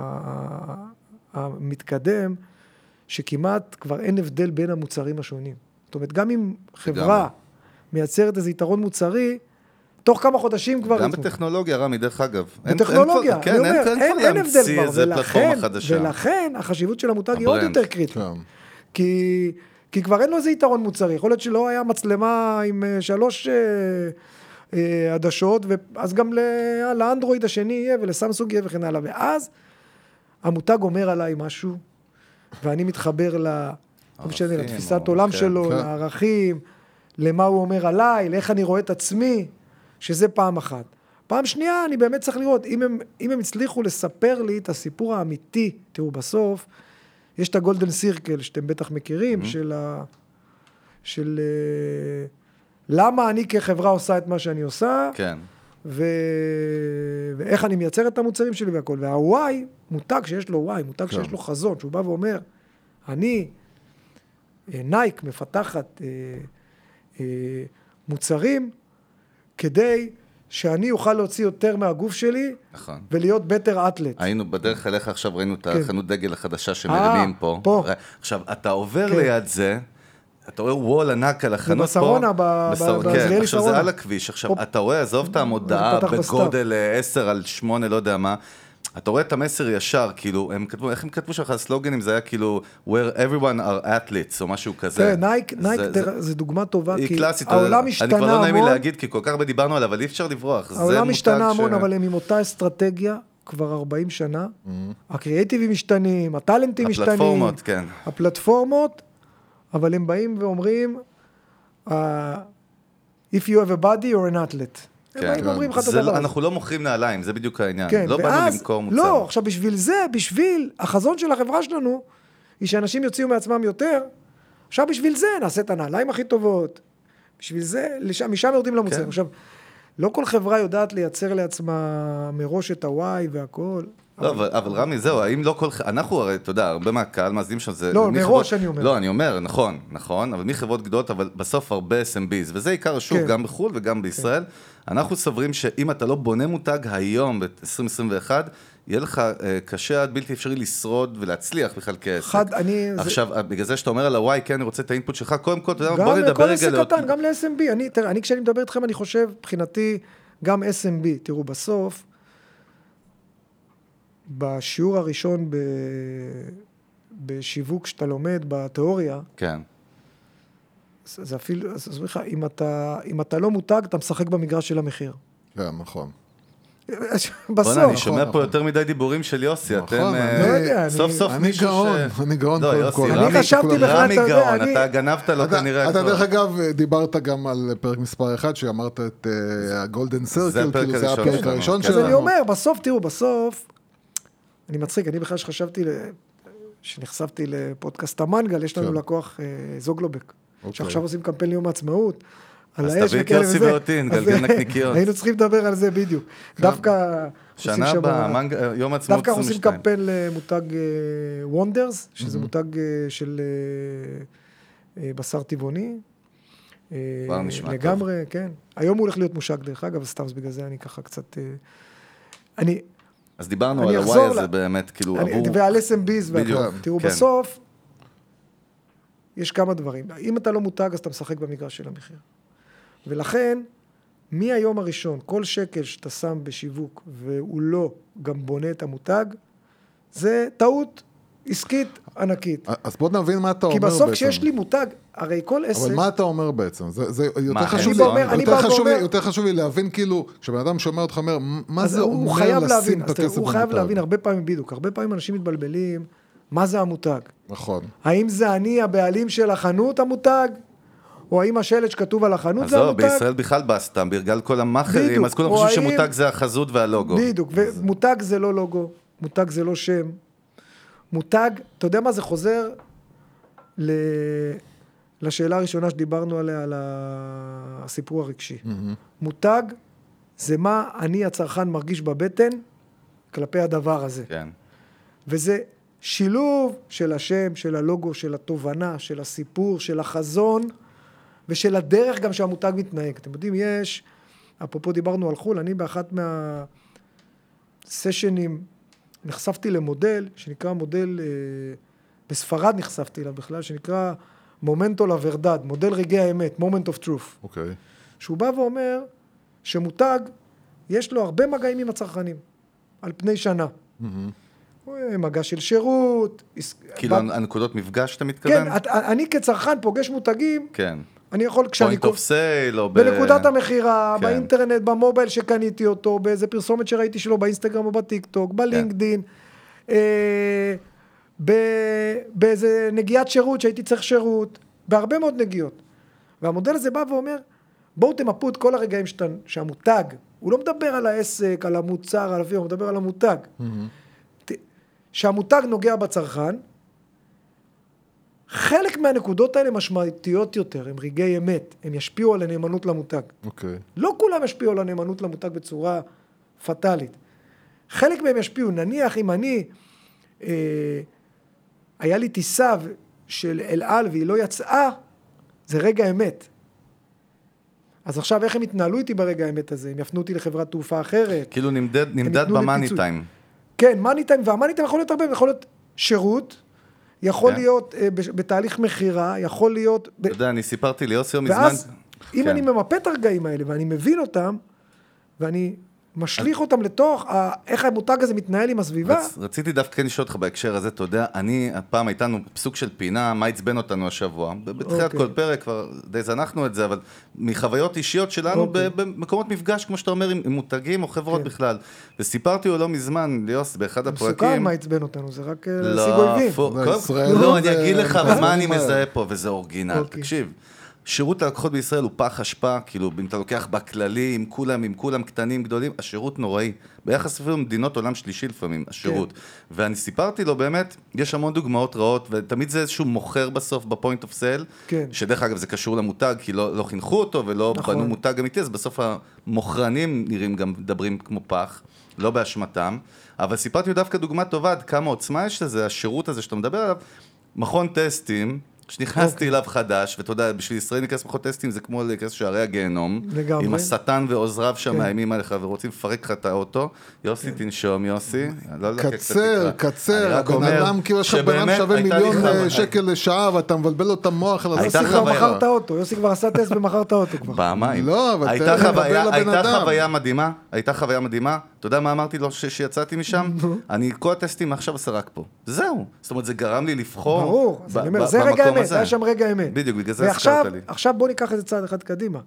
המתקדם, שכמעט כבר אין הבדל בין המוצרים השונים. זאת אומרת, גם אם חברה מייצרת איזה יתרון מוצרי, תוך כמה חודשים כבר... גם בטכנולוגיה, רמי, דרך אגב. בטכנולוגיה, אני אומר, אין הבדל כבר, ולכן, ולכן החשיבות של המותג היא עוד יותר קריטית. כי, כי כבר אין לו איזה יתרון מוצרי. יכול להיות שלא היה מצלמה עם שלוש עדשות, ואז גם לאנדרואיד השני יהיה, ולסמסונג יהיה וכן הלאה. ואז המותג אומר עליי משהו, ואני מתחבר ל... לא משנה, לתפיסת עולם שלו, לערכים, למה הוא אומר עליי, לאיך אני רואה את עצמי, שזה פעם אחת. פעם שנייה, אני באמת צריך לראות, אם הם, אם הם הצליחו לספר לי את הסיפור האמיתי, תראו, בסוף, יש את הגולדן סירקל, שאתם בטח מכירים, mm-hmm. של ה... של... למה אני כחברה עושה את מה שאני עושה, כן. ו... ואיך אני מייצר את המוצרים שלי והכל. וה-Y, מותג שיש לו Y, מותג כן. שיש לו חזון, שהוא בא ואומר, אני, נייק, מפתחת אה, אה, מוצרים, כדי שאני אוכל להוציא יותר מהגוף שלי, נכון. ולהיות better athlete. היינו בדרך אליך עכשיו, ראינו את החנות דגל החדשה שמרימים פה. פה. עכשיו, אתה עובר ליד זה, אתה רואה וול ענק על החנות פה. ובשרונה, בעזריאלי עכשיו שרונה. זה על הכביש, עכשיו אתה רואה, עזוב את המודעה בגודל עשר על שמונה, לא יודע מה, אתה רואה את המסר ישר, כאילו, הם כתבו, איך הם כתבו שלך הסלוגנים, זה היה כאילו, where everyone are athletes, או משהו כזה. תראה, נייק, נייק, זה דוגמה טובה, כי קלאסית, העולם השתנה המון. אני כבר לא נעים לי להגיד, כי כל כך הרבה דיברנו עליו, אבל אי אפשר לברוח. העולם השתנה המון, אבל הם עם אותה אסטרטגיה, כבר ארבעים שנה, הקריאטיבים משתנים, הטלנטים משתנים. הפלטפורמות, כן. הפלטפורמות, אבל הם באים ואומרים, if you have a body or an athlete. אנחנו לא מוכרים נעליים, זה בדיוק העניין. לא באנו למכור מוצר. לא, עכשיו בשביל זה, בשביל החזון של החברה שלנו, היא שאנשים יוציאו מעצמם יותר, עכשיו בשביל זה נעשה את הנעליים הכי טובות, בשביל זה, משם יורדים למוצר. עכשיו, לא כל חברה יודעת לייצר לעצמה מראש את ה-Y והכל. לא, אבל רמי, זהו, האם לא כל... אנחנו הרי, אתה יודע, הרבה מהקהל מאזינים שם זה... לא, מראש אני אומר. לא, אני אומר, נכון, נכון, אבל מחברות גדולות, אבל בסוף הרבה אס אם ביז, וזה עיקר השוק גם בחו"ל וגם בישראל. אנחנו סוברים שאם אתה לא בונה מותג היום, ב-עשרים עשרים ואחת, יהיה לך קשה עד בלתי אפשרי לשרוד ולהצליח בכלל כעסק. חד, אני... עכשיו, בגלל זה שאתה אומר על ה-Y, כן, אני רוצה את האינפוט שלך, קודם כל, בוא נדבר רגע... גם לכל עסק קטן, גם ל-אס אם בי. אני, תראה, אני כשאני מדבר איתכם, אני חושב, מבחינתי, גם אס אם בי, תראו, בסוף, בשיעור הראשון ב... בשיווק שאתה לומד בתיאוריה, כן. זה אפילו, אז אומר לך, אם אתה, אם אתה לא מותג, אתה משחק במגרש של המחיר. כן, נכון. בסוף. אני שומע פה יותר מדי דיבורים של יוסי, אתם סוף סוף מישהו ש... אני גאון, לא, יוסי, אני חשבתי בכלל, רמי גאון, אתה גנבת לו כנראה. אתה דרך אגב, דיברת גם על פרק מספר אחד, שאמרת את הגולדן סרקל, כאילו זה הפרק הראשון שלנו. אז אני אומר, בסוף, תראו, בסוף, אני מצחיק, אני בכלל שחשבתי, שנחשפתי לפודקאסט המנגל, יש לנו לקוח זוגלובק, שעכשיו עושים קמפיין ליום העצמאות, אז תביא את יוסי ואותי, נגלגל נקניקיות. היינו צריכים לדבר על זה בדיוק. דווקא... שנה הבאה, יום העצמאות דווקא עושים קמפיין למותג וונדרס, שזה מותג של בשר טבעוני. כבר נשמע טוב. לגמרי, כן. היום הוא הולך להיות מושק דרך אגב, סתם בגלל זה אני ככה קצת... אני... אז דיברנו על ה-Y הזה באמת, כאילו... ועל אס אם ביז והכל. תראו, בסוף, יש כמה דברים. אם אתה לא מותג, אז אתה משחק במגרש של המחיר. ולכן, מהיום הראשון, כל שקל שאתה שם בשיווק, והוא לא גם בונה את המותג, זה טעות עסקית ענקית. אז בוא נבין מה אתה אומר בעצם. כי בסוף כשיש לי מותג, הרי כל עסק... אבל מה אתה אומר בעצם? זה יותר חשוב לי להבין, כאילו, כשבן אדם שומע אותך אומר, מה זה אומר לשים את הכסף במותג? הוא חייב להבין, הרבה פעמים בדיוק, הרבה פעמים אנשים מתבלבלים, מה זה המותג? נכון. האם זה אני הבעלים של החנות המותג? או האם השלט שכתוב על החנות זה המותג? בישראל בכלל בסתם, ברגל כל המאחרים, אז כולם חושבים שמותג זה החזות והלוגו. בדיוק, ומותג זה לא לוגו, מותג זה לא שם. מותג, אתה יודע מה זה חוזר לשאלה הראשונה שדיברנו עליה, על הסיפור הרגשי. מותג זה מה אני הצרכן מרגיש בבטן כלפי הדבר הזה. כן. וזה שילוב של השם, של הלוגו, של התובנה, של הסיפור, של החזון, ושל הדרך גם שהמותג מתנהג. אתם יודעים, יש, אפרופו דיברנו על חול, אני באחת מהסשנים נחשפתי למודל, שנקרא מודל, אה, בספרד נחשפתי אליו בכלל, שנקרא מומנטו לוורדד, מודל רגעי האמת, moment of truth. אוקיי. Okay. שהוא בא ואומר שמותג, יש לו הרבה מגעים עם הצרכנים, על פני שנה. Mm-hmm. מגע של שירות. כאילו בא... הנקודות מפגש שאתה מתכוון? כן, אני כצרכן פוגש מותגים, כן. אני יכול כשאני... point of sale או ב... בנקודת המחירה, כן. באינטרנט, במובייל שקניתי אותו, באיזה פרסומת שראיתי שלו באינסטגרם או בטיקטוק, בלינקדין, כן. אה, ב... באיזה נגיעת שירות שהייתי צריך שירות, בהרבה מאוד נגיעות. והמודל הזה בא ואומר, בואו תמפו את כל הרגעים שאתה, שהמותג, הוא לא מדבר על העסק, על המוצר, על אוויר, הוא מדבר על המותג. Mm-hmm. שהמותג נוגע בצרכן, חלק מהנקודות האלה משמעותיות יותר, הם רגעי אמת, הם ישפיעו על הנאמנות למותג. אוקיי. לא כולם ישפיעו על הנאמנות למותג בצורה פטלית. חלק מהם ישפיעו, נניח אם אני, אה, היה לי טיסה של אל על והיא לא יצאה, זה רגע אמת. אז עכשיו איך הם התנהלו איתי ברגע האמת הזה? הם יפנו אותי לחברת תעופה אחרת. כאילו נמדד, נמדד במאני טיים. כן, מאני טיים, והמאני טיים יכול להיות הרבה, יכול להיות שירות, יכול כן. להיות אה, בתהליך מחירה, יכול להיות... אתה יודע, אני סיפרתי לי יוסי מזמן... ואז, אם כן. אני ממפה את הרגעים האלה, ואני מבין אותם, ואני משליך אותם לתוך ה... איך המותג הזה מתנהל עם הסביבה. רצ, רציתי דווקא לשאול אותך בהקשר הזה, אתה יודע, אני, הפעם הייתנו פסוק של פינה, מה עצבן אותנו השבוע. בתחילת אוקיי. כל פרק כבר די זנחנו את זה, אבל מחוויות אישיות שלנו, אוקיי. במקומות מפגש, כמו שאתה אומר, עם, עם מותגים או חברות כן. בכלל. וסיפרתי לו לא מזמן, ליוס, באחד הפרקים... מסוכן מה עצבן אותנו, זה רק לא, להשיג אויבים. פו, לא, כל, ישראל לא, לא, אני זה- אגיד לך, זה- אבל מה אני זה- מזהה פה, וזה אורגינל. אוקיי. תקשיב. שירות הלקוחות בישראל הוא פח אשפה, כאילו, אם אתה לוקח בכללי, עם כולם, עם כולם קטנים, גדולים, השירות נוראי. ביחס אפילו מדינות עולם שלישי לפעמים, השירות. כן. ואני סיפרתי לו באמת, יש המון דוגמאות רעות, ותמיד זה איזשהו מוכר בסוף בפוינט אוף סייל, כן. שדרך אגב זה קשור למותג, כי לא, לא חינכו אותו ולא נכון. בנו מותג אמיתי, אז בסוף המוכרנים נראים גם מדברים כמו פח, לא באשמתם. אבל סיפרתי לו דווקא דוגמה טובה, עד כמה עוצמה יש לזה, השירות הזה שאתה מדבר עליו, מכון טסטים, שנכנסתי אליו חדש, ואתה יודע, בשביל ישראל להיכנס מכון טסטים זה כמו להיכנס שערי הגיהנום, לגמרי. עם השטן ועוזריו שם מאיימים עליך ורוצים לפרק לך את האוטו. יוסי, תנשום, יוסי. קצר, קצר, הבן אדם, כאילו יש לך בן אדם שווה מיליון שקל לשעה, ואתה מבלבל לו את המוח על יוסי הסרט. כבר מכר את האוטו, יוסי כבר עשה טסט ומכר את האוטו כבר. פעמיים. לא, אבל הייתה תדבר חוויה- לבן הייתה אדם. חוויה מדהימה, הייתה חוויה מדהימה. אתה יודע מה אמרתי לו שיצאתי משם? אני כל הטסטים עכשיו עושה רק פה. זהו. זאת אומרת, זה גרם לי לבחור ברור, אז ב- אני אומר, ב- זה רגע במקום אמת, הזה. היה שם רגע אמת. בדיוק, בגלל זה ועכשיו, הזכרת לי. עכשיו בוא ניקח את זה צעד אחד קדימה.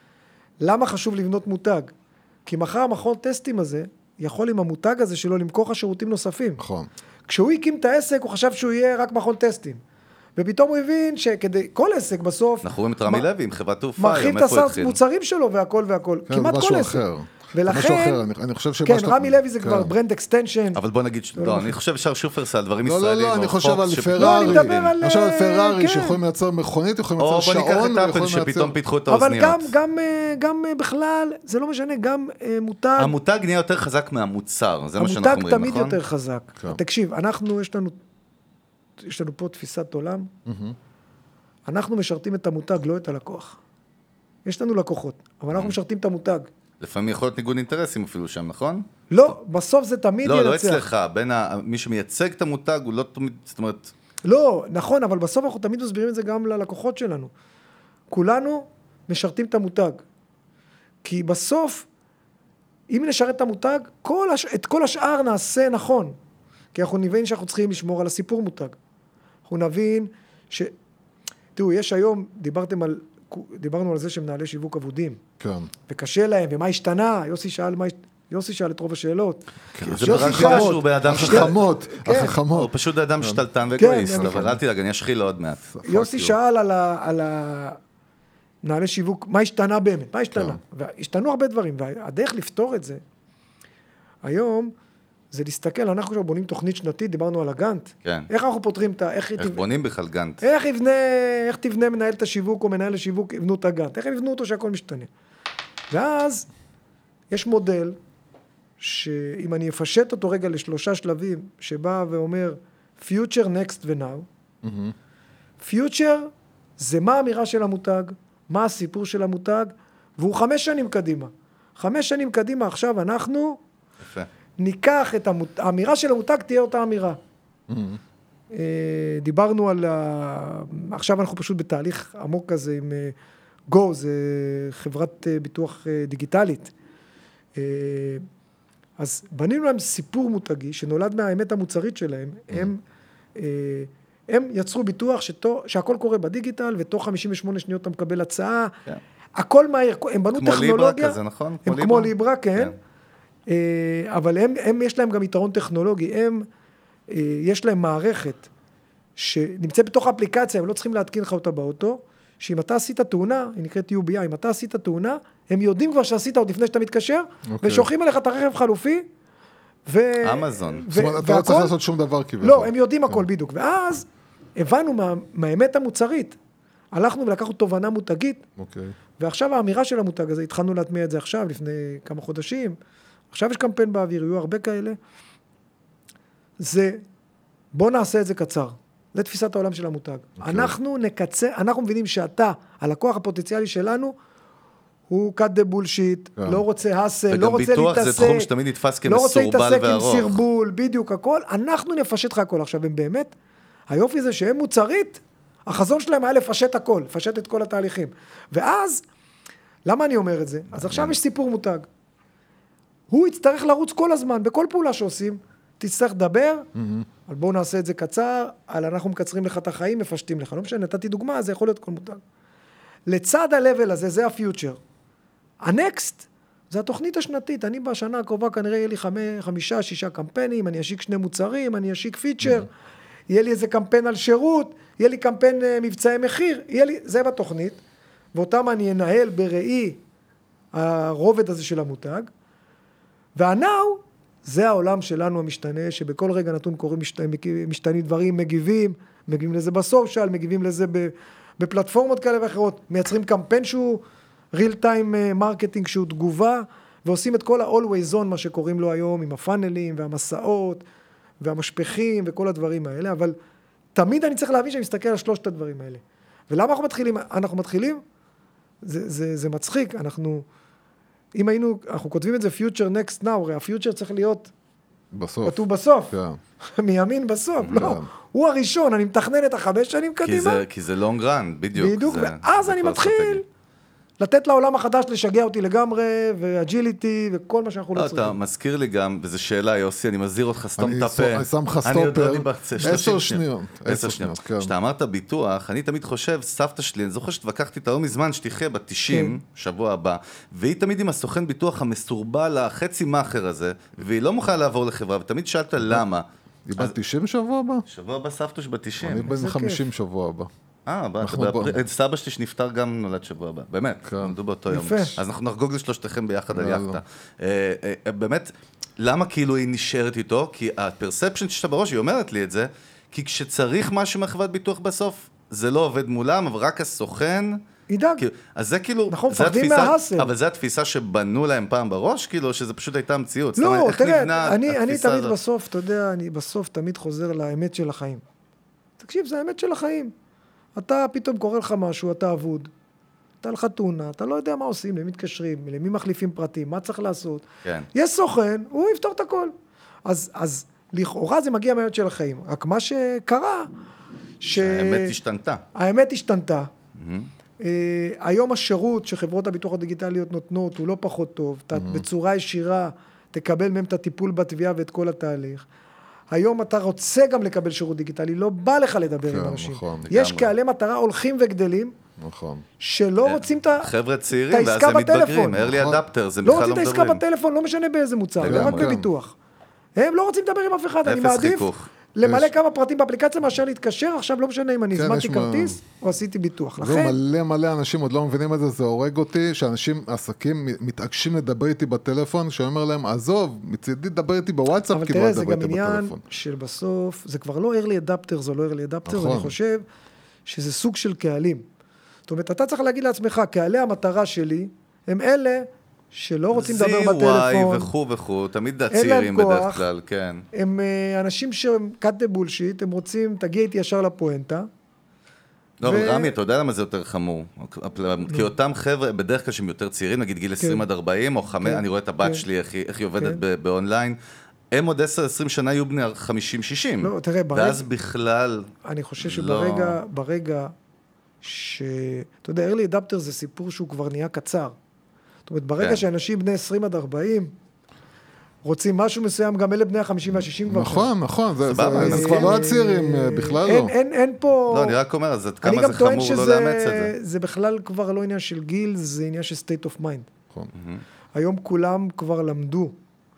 למה חשוב לבנות מותג? כי מחר המכון טסטים הזה, יכול עם המותג הזה שלו למכור לך שירותים נוספים. נכון. כשהוא הקים את העסק, הוא חשב שהוא יהיה רק מכון טסטים. ופתאום הוא הבין שכדי, כל עסק בסוף... אנחנו רואים את רמי לוי עם חברת תעופה, מרחיב את הסל מוצרים שלו והכל והכל. כן, כמעט זה כל משהו עסק. אחר. ולכן, משהו אחר, אני, אני חושב שמה כן, שאתה... רמי לוי זה כן. כבר ברנד אקסטנשן. אבל בוא נגיד, לא, אני חושב שר שופרסל, דברים לא, ישראלים. לא, לא, אני או חושב פוקס על שפתאום- לא, אני פרארי, מדבר על, אני חושב על פרארי כן. שיכולים לייצר מכונית, יכולים או לייצר בוא ניקח שעון, את אפל ויכולים שפתאום לייצר... פיתחו את אבל האוזניות. גם, גם, אה, גם אה, בכלל, זה לא משנה, גם אה, מותג, המותג נהיה יותר חזק מהמוצר, זה מה שאנחנו המותג אומרים, תמיד נכון? יותר חזק. כן. תקשיב, אנחנו, יש לנו, יש לנו פה תפיסת עולם, אנחנו משרתים את המותג, לא את הלקוח. יש לנו לקוחות, אבל אנחנו משרתים את המותג. לפעמים יכול להיות ניגוד אינטרסים אפילו שם, נכון? לא, בסוף זה תמיד לא, ינצח. לא אצלך, בין ה- מי שמייצג את המותג הוא לא תמיד, זאת אומרת, לא, נכון, אבל בסוף אנחנו תמיד מסבירים את זה גם ללקוחות שלנו. כולנו משרתים את המותג. כי בסוף, אם נשרת את המותג, כל הש... את כל השאר נעשה נכון. כי אנחנו נבין שאנחנו צריכים לשמור על הסיפור מותג. אנחנו נבין ש... תראו, יש היום, דיברתם על, דיברנו על זה שמנהלי שיווק עבודים. כן. וקשה להם, ומה השתנה? יוסי שאל מה... יוסי שאל את רוב השאלות. זה רק שאל- שהוא באדם החכמות, כן. הוא החכמות. פשוט אדם שתלטן כן, ואגואיסט, אני- אבל אל תדאג, אני אשחיל לו עוד מעט. יוסי שאל על ה... על ה... מנהלי שיווק, מה השתנה באמת? מה השתנה? והשתנו הרבה דברים, והדרך לפתור את זה, היום, זה להסתכל, אנחנו עכשיו בונים תוכנית שנתית, דיברנו על הגאנט. כן. איך אנחנו פותרים את ה... איך, איך תבנה, בונים בכלל גאנט? איך יבנה, איך תבנה מנהל את השיווק או מנהל השיווק, יבנו את הגאנט? איך הם יבנו אותו שהכל משתנה? ואז, יש מודל, שאם אני אפשט אותו רגע לשלושה שלבים, שבא ואומר, future, next ו-now. future, זה מה האמירה של המותג, מה הסיפור של המותג, והוא חמש שנים קדימה. חמש שנים קדימה, עכשיו אנחנו יפה. ניקח את המות... האמירה של המותג, תהיה אותה אמירה. אה, דיברנו על ה... עכשיו אנחנו פשוט בתהליך עמוק כזה עם גו, זה חברת אה, ביטוח אה, דיגיטלית. אה, אז בנינו להם סיפור מותגי, שנולד מהאמת המוצרית שלהם, הם... אה, הם יצרו ביטוח שתו, שהכל קורה בדיגיטל, ותוך חמישים ושמונה שניות אתה מקבל הצעה, כן. הכל מהר, הם בנו כמו טכנולוגיה. ליברה כזה, נכון? הם כמו ליברה, כן. כן. אבל הם, הם, יש להם גם יתרון טכנולוגי, הם, יש להם מערכת שנמצאת בתוך האפליקציה, הם לא צריכים להתקין לך אותה באוטו, שאם אתה עשית תאונה, היא נקראת יו בי איי, אם אתה עשית תאונה, הם יודעים כבר שעשית עוד לפני שאתה מתקשר, אוקיי. ושולחים אליך את הרכב חלופי, ו... אמזון. זאת אומרת, אתה לא צריך לעשות שום דבר כביכול. לא, הם יודעים הכל בדיוק, ואז הבנו מה, מהאמת המוצרית, הלכנו ולקחנו תובנה מותגית, okay. ועכשיו האמירה של המותג הזה, התחלנו להטמיע את זה עכשיו, לפני כמה חודשים, עכשיו יש קמפיין באוויר, יהיו הרבה כאלה, זה, בוא נעשה את זה קצר, זה תפיסת העולם של המותג. Okay. אנחנו נקצר, אנחנו מבינים שאתה, הלקוח הפוטנציאלי שלנו, הוא cut the bullshit, yeah. לא רוצה הסל, לא רוצה להתעסק. וגם ביטוח זה תחום שתמיד נתפס כמסורבל וארוך. לא רוצה להתעסק עם סרבול, בדיוק הכל, אנחנו נפשט לך הכל. עכשיו, הם באמת, היופי זה שהם מוצרית, החזון שלהם היה לפשט הכל, לפשט את כל התהליכים. ואז, למה אני אומר את זה? אז עכשיו יש סיפור מותג. הוא יצטרך לרוץ כל הזמן, בכל פעולה שעושים, תצטרך לדבר, אבל בואו נעשה את זה קצר, על אנחנו מקצרים לך את החיים, מפשטים לך. לא משנה, נתתי דוגמה, זה יכול להיות כל מותג. לצד ה-level הזה, זה הפיוטר. הנקסט, זה התוכנית השנתית. אני בשנה הקרובה כנראה יהיה לי חמישה, שישה קמפיינים, אני אשיק שני מוצרים, אני אשיק פיצ'ר, יהיה לי איזה קמפיין על שירות, יהיה לי קמפיין מבצעי מחיר, יהיה לי, זה בתוכנית, ואותם אני אנהל בראי הרובד הזה של המותג, והנאו, זה העולם שלנו המשתנה, שבכל רגע נתון קוראים משתנים דברים, מגיבים, מגיבים לזה בסושיאל, מגיבים לזה בפלטפורמות כאלה ואחרות, מייצרים קמפיין שהוא real time marketing, שהוא תגובה, ועושים את כל ה-always on, מה שקוראים לו היום, עם הפאנלים והמסעות, והמשפחים וכל הדברים האלה, אבל תמיד אני צריך להבין שאני מסתכל על שלושת הדברים האלה. ולמה אנחנו מתחילים? אנחנו מתחילים, זה, זה, זה מצחיק, אנחנו, אם היינו, אנחנו כותבים את זה future next now, הרי הפיוטר צריך להיות בסוף. כתוב בסוף. Yeah. מימין בסוף, yeah. לא. הוא הראשון, אני מתכנן את החמש שנים קדימה. כי זה, כי זה long run, בדיוק. בדיוק, זה, ואז זה אני מתחיל סטגי. לתת לעולם החדש לשגע אותי לגמרי, ואג'יליטי, וכל מה שאנחנו לא צריכים. אתה מזכיר לי גם, וזו שאלה, יוסי, אני מזהיר אותך, סתום את הפה. אני שם לך סטופר, עשר שניות. עשר שניות. כשאתה אמרת ביטוח, אני תמיד חושב, סבתא שלי, אני זוכר שתווכחתי את היום מזמן, שתחיה ב-תשעים, שבוע הבא, והיא תמיד עם הסוכן ביטוח המסורבל, החצי מאחר הזה, והיא לא מוכנה לעבור לחברה, ותמיד שאלת למה. היא ב-תשעים שבוע הבא? שבוע הבא סבתא שב-תשעים. אני בן חמישים שבוע הבא. אה, סבא שלי שנפטר גם נולד שבוע הבא, באמת, נולדו באותו יום. אז אנחנו נחגוג לשלושתכם ביחד על יחדה. באמת, למה כאילו היא נשארת איתו? כי הפרספשן שאתה בראש, היא אומרת לי את זה, כי כשצריך משהו מחברת ביטוח בסוף, זה לא עובד מולם, אבל רק הסוכן... ידאג. אז זה כאילו... נכון, פחדים מההסל. אבל זו התפיסה שבנו להם פעם בראש, כאילו, שזה פשוט הייתה המציאות. לא, תראה, אני תמיד בסוף, אתה יודע, אני בסוף תמיד חוזר לאמת של החיים. תקשיב, זה האמת של החיים. אתה פתאום קורא לך משהו, אתה אבוד, אתה לך תאונה, אתה לא יודע מה עושים, למי מתקשרים, למי מחליפים פרטים, מה צריך לעשות. כן. יש סוכן, הוא יפתור את הכל. אז, אז לכאורה זה מגיע מהיות של החיים. רק מה שקרה, ש... האמת השתנתה. האמת השתנתה. Mm-hmm. Uh, היום השירות שחברות הביטוח הדיגיטליות נותנות הוא לא פחות טוב. אתה mm-hmm. בצורה ישירה תקבל מהם את הטיפול בתביעה ואת כל התהליך. היום אתה רוצה גם לקבל שירות דיגיטלי, לא בא לך לדבר כן, עם אנשים. נכון, יש קהלי מטרה הולכים וגדלים, נכון. שלא רוצים את העסקה בטלפון. חבר'ה צעירים, ואז הם מתבגרים, early adapter, זה בכלל לא לא רוצים את העסקה מדברים. בטלפון, לא משנה באיזה מוצר, לא רק בביטוח. הם לא רוצים לדבר עם אף אחד, אני מעדיף למלא כמה פרטים באפליקציה מאשר להתקשר, עכשיו לא משנה אם אני הזמנתי כרטיס או עשיתי ביטוח. זהו, מלא מלא אנשים עוד לא מבינים את זה, זה הורג אותי, שאנשים, עסקים, מתעקשים לדבר איתי בטלפון, שאני אומר להם, עזוב, מצידי דבר איתי בוואטסאפ, כי לא לדבר איתי בטלפון. אבל תראה, זה גם עניין של בסוף, זה כבר לא early adapter, זה לא early adapter, אני חושב שזה סוג של קהלים. זאת אומרת, אתה צריך להגיד לעצמך, קהלי המטרה שלי, הם אלה שלא רוצים לדבר בטלפון. זי וואי וכו' וכו', תמיד הצעירים בדרך כלל, כן. הם אנשים שהם cut the bullshit, הם רוצים, תגיע איתי ישר לפואנטה. לא, אבל רמי, אתה יודע למה זה יותר חמור? כי אותם חבר'ה, בדרך כלל שהם יותר צעירים, נגיד גיל עשרים עד ארבעים, או חמש, אני רואה את הבת שלי, איך היא עובדת באונליין, הם עוד עשר עשרים שנה יהיו בני חמישים שישים. לא, תראה, ואז בכלל... אני חושב שברגע, ברגע ש... אתה יודע, early adapter זה סיפור שהוא כבר נהיה קצר. זאת אומרת, ברגע שאנשים בני עשרים עד ארבעים רוצים משהו מסוים, גם אלה בני ה-חמישים וה-שישים כבר. נכון, נכון, זה כבר לא הצעירים, בכלל לא. אין פה... לא, אני רק אומר, אז כמה זה חמור לא לאמץ את זה. זה בכלל כבר לא עניין של גיל, זה עניין של state of mind. היום כולם כבר למדו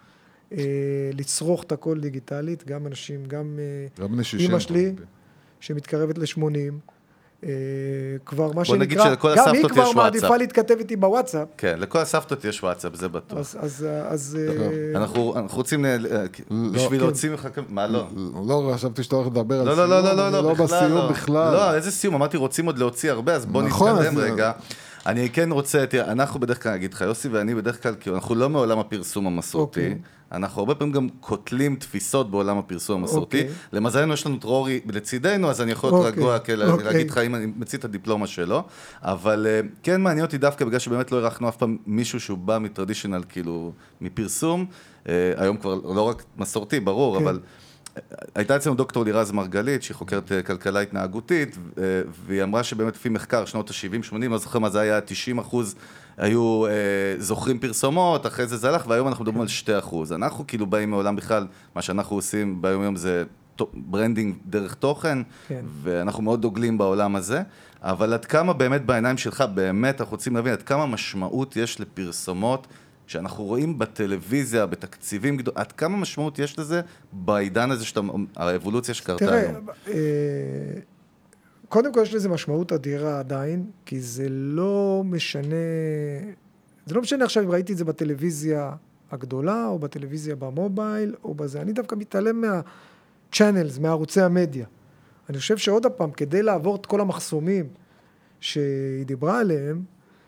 לצרוך את הכל דיגיטלית, גם אנשים, גם אמא שלי, שמתקרבת ל-שמונים, כבר מה שנקרא, גם היא כבר מעדיפה להתכתב איתי בוואטסאפ. כן, לכל הסבתות יש וואטסאפ, זה בטוח. אז... אנחנו רוצים, בשביל להוציא ממך, מה לא? לא, חשבתי שאתה הולך לדבר על סיום. לא, לא, לא, לא, לא בסיום בכלל. לא, איזה סיום? אמרתי, רוצים עוד להוציא הרבה, אז בוא נתקדם רגע. אני כן רוצה, תראה, אנחנו בדרך כלל, נגיד לך, יוסי ואני בדרך כלל, כי אנחנו לא מעולם הפרסום המסורתי, אנחנו הרבה פעמים גם קוטלים תפיסות בעולם הפרסום המסורתי. למזלנו יש לנו את רורי לצידנו, אז אני יכול להיות רגוע להגיד לך אם אני מציא את הדיפלומה שלו, אבל כן מעניין אותי דווקא בגלל שבאמת לא ערכנו אף פעם מישהו שהוא בא מטרדישיונל, כאילו, מפרסום, היום כבר לא רק מסורתי, ברור, אבל הייתה אצלנו דוקטור לירז מרגלית, שהיא חוקרת כלכלה התנהגותית, והיא אמרה שבאמת לפי מחקר, שנות ה-שבעים שמונים, לא זוכר מה זה היה, תשעים אחוז היו זוכרים פרסומות, אחרי זה זה הלך, והיום אנחנו מדברים על שני אחוז. אנחנו כאילו באים מעולם בכלל, מה שאנחנו עושים ביום יום זה ברנדינג דרך תוכן, ואנחנו מאוד דוגלים בעולם הזה, אבל עד כמה באמת בעיניים שלך, באמת אנחנו רוצים להבין, עד כמה משמעות יש לפרסומות, שאנחנו רואים בטלוויזיה, בתקציבים גדול, עד כמה משמעות יש לזה בעידן הזה, שאתה, האבולוציה שקרתה היום? תראה, קודם כל יש לזה משמעות אדירה עדיין, כי זה לא משנה, זה לא משנה עכשיו אם ראיתי את זה בטלוויזיה הגדולה, או בטלוויזיה במובייל, או בזה. אני דווקא מתעלם מה-channels, מערוצי המדיה. אני חושב שעוד הפעם, כדי לעבור את כל המחסומים שהיא דיברה עליהם,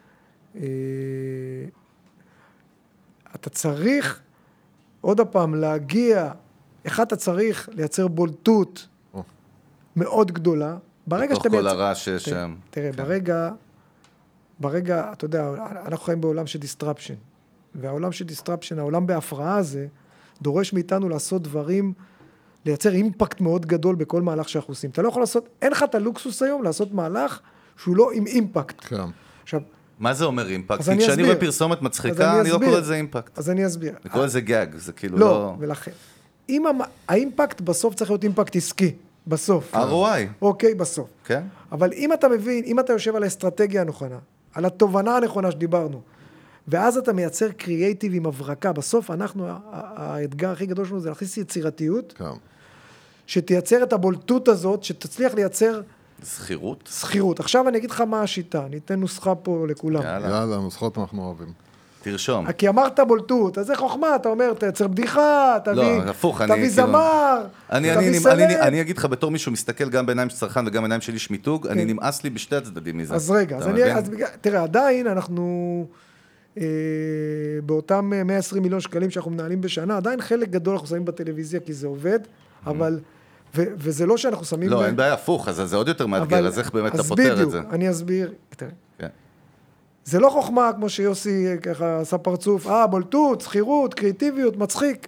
אתה צריך עוד הפעם להגיע, איך אתה צריך לייצר בולטות מאוד גדולה, ברגע שאתה מייצר... בתוך כל הרעש שיש שם. תראה, ברגע, ברגע, אתה יודע, אנחנו חיים בעולם של דיסטרפשן, והעולם של דיסטרפשן, העולם בהפרעה הזה, דורש מאיתנו לעשות דברים, לייצר אימפקט מאוד גדול בכל מהלך שאנחנו עושים. אתה לא יכול לעשות, אין לך את הלוקסוס היום לעשות מהלך שהוא לא עם אימפקט. כן. עכשיו, מה זה אומר אימפקט? כי כשאני רואה פרסומת מצחיקה, אני לא קורא לזה אימפקט. אז אני אסביר. אני קורא לזה גג, זה כאילו לא... לא... ולכן. אם האימפקט בסוף צריך להיות אימפקט עסקי, בסוף. אר או איי. אוקיי, בסוף. כן. אבל אם אתה מבין, אם אתה יושב על האסטרטגיה הנכונה, על התובנה הנכונה שדיברנו, ואז אתה מייצר קריאייטיב עם הברקה, בסוף אנחנו, האתגר הכי גדול שלנו זה להכניס יצירתיות, כן. שתייצר את הבולטות הזאת, שתצליח לייצר... סחירות? סחירות. עכשיו אני אגיד לך מה השיטה, ניתן נוסחה פה לכולם. יאללה, יאללה, נוסחות אנחנו אוהבים. תרשום. כי אמרת בולטות, אז זה חוכמה, אתה אומר, תייצר בדיחה, תביא, לא, הפוך, תביא זמר, אני, תביא אני, סלב. אני, אני אגיד לך, בתור מישהו מסתכל גם בעיניים של צרכן וגם בעיניים של איש מיתוג, כן. אני נמאס לי בשתי הצדדים מזה. אז רגע, אז אני, אז, תראה, עדיין אנחנו, אה, באותם מאה ועשרים מיליון שקלים שאנחנו מנהלים בשנה, עדיין חלק גדול אנחנו שמים בטלוויזיה כי זה עובד, אבל... ו- וזה לא שאנחנו שמים... לא, אין בעיה, הפוך, אז זה עוד יותר מאתגר, אז איך באמת אתה פותר את זה? אז בדיוק, אני אסביר. זה לא חוכמה, כמו שיוסי ככה עשה פרצוף, אה, בולטות, סחירות, קריאטיביות, מצחיק.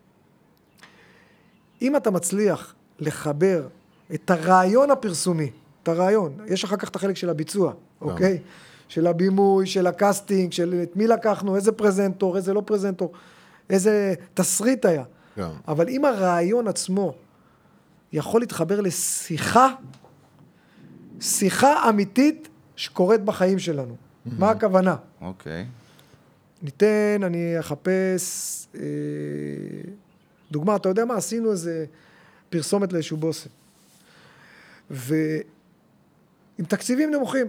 אם אתה מצליח לחבר את הרעיון הפרסומי, את הרעיון, יש אחר כך את החלק של הביצוע, אוקיי? של הבימוי, של הקאסטינג, של את מי לקחנו, איזה פרזנטור, איזה לא פרזנטור, איזה תסריט היה. אבל אם הרעיון עצמו יכול להתחבר לשיחה, שיחה אמיתית שקורית בחיים שלנו. מה הכוונה? אוקיי. ניתן, אני אחפש, אה, דוגמה, אתה יודע מה? עשינו איזה פרסומת לאיזשהו בושם. ועם תקציבים נמוכים.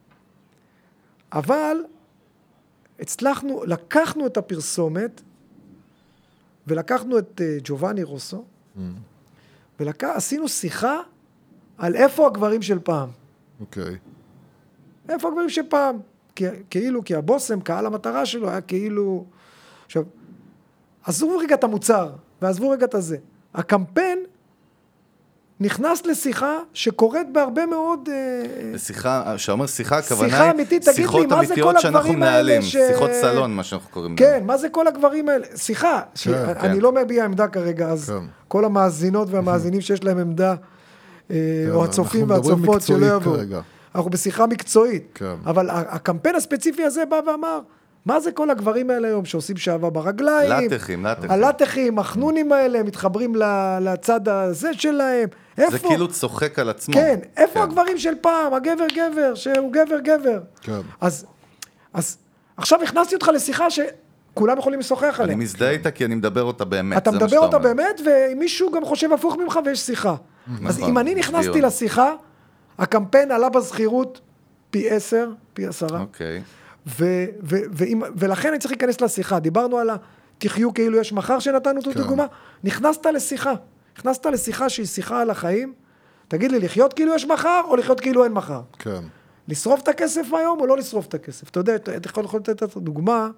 אבל הצלחנו, לקחנו את הפרסומת, ולקחנו את uh, ג'ובאני רוסו, mm. ועשינו שיחה על איפה הגברים של פעם. אוקיי. Okay. איפה הגברים של פעם? כי, כאילו, כי הבושם, קהל המטרה שלו היה כאילו... עכשיו, עזבו רגע את המוצר, ועזבו רגע את הזה. הקמפיין נכנס לשיחה שקורית בהרבה מאוד... לשיחה, שאומר שיחה, הכוונה שיחה אמיתית, תגיד לי, מה זה כל הגברים האלה ש... שיחות סלון, מה שאנחנו קוראים. כן, מה זה כל הגברים האלה? שיחה, ש... כן, אני כן. לא מביע עמדה כרגע, אז כן. כל המאזינות והמאזינים שיש להם עמדה, כן, או הצופים והצופות שלא יבואו. אנחנו בשיחה מקצועית, כן. אבל הקמפיין הספציפי הזה בא ואמר, מה זה כל הגברים האלה היום שעושים שעבה ברגליים? לטחים, לטחים. הלטחים, החנונים האלה, מתחברים לצד הזה שלהם. איפה? זה כאילו צוחק על עצמו. כן, איפה כן. הגברים של פעם? הגבר גבר, שהוא גבר גבר. כן. אז, אז עכשיו הכנסתי אותך לשיחה שכולם יכולים לשוחח עליה. אני מזדהה איתה כי אני מדבר אותה באמת. אתה מדבר אותה באמת, ומישהו גם חושב הפוך ממך ויש שיחה. אז אם אני נכנסתי לשיחה, הקמפיין עלה בזכירות פי עשר, פי עשרה. אוקיי. ולכן אני צריך להיכנס לשיחה. דיברנו על תחיו כאילו יש מחר שנתנו את הדוגמה. נכנסת לשיחה. נכנסת לשיחה שהיא שיחה על החיים. תגיד לי, לחיות כאילו יש מחר או לחיות כאילו אין מחר? כן. לשרוף את הכסף היום או לא לשרוף את הכסף? אתה יודע, אתה יכול לתת את הדוגמה.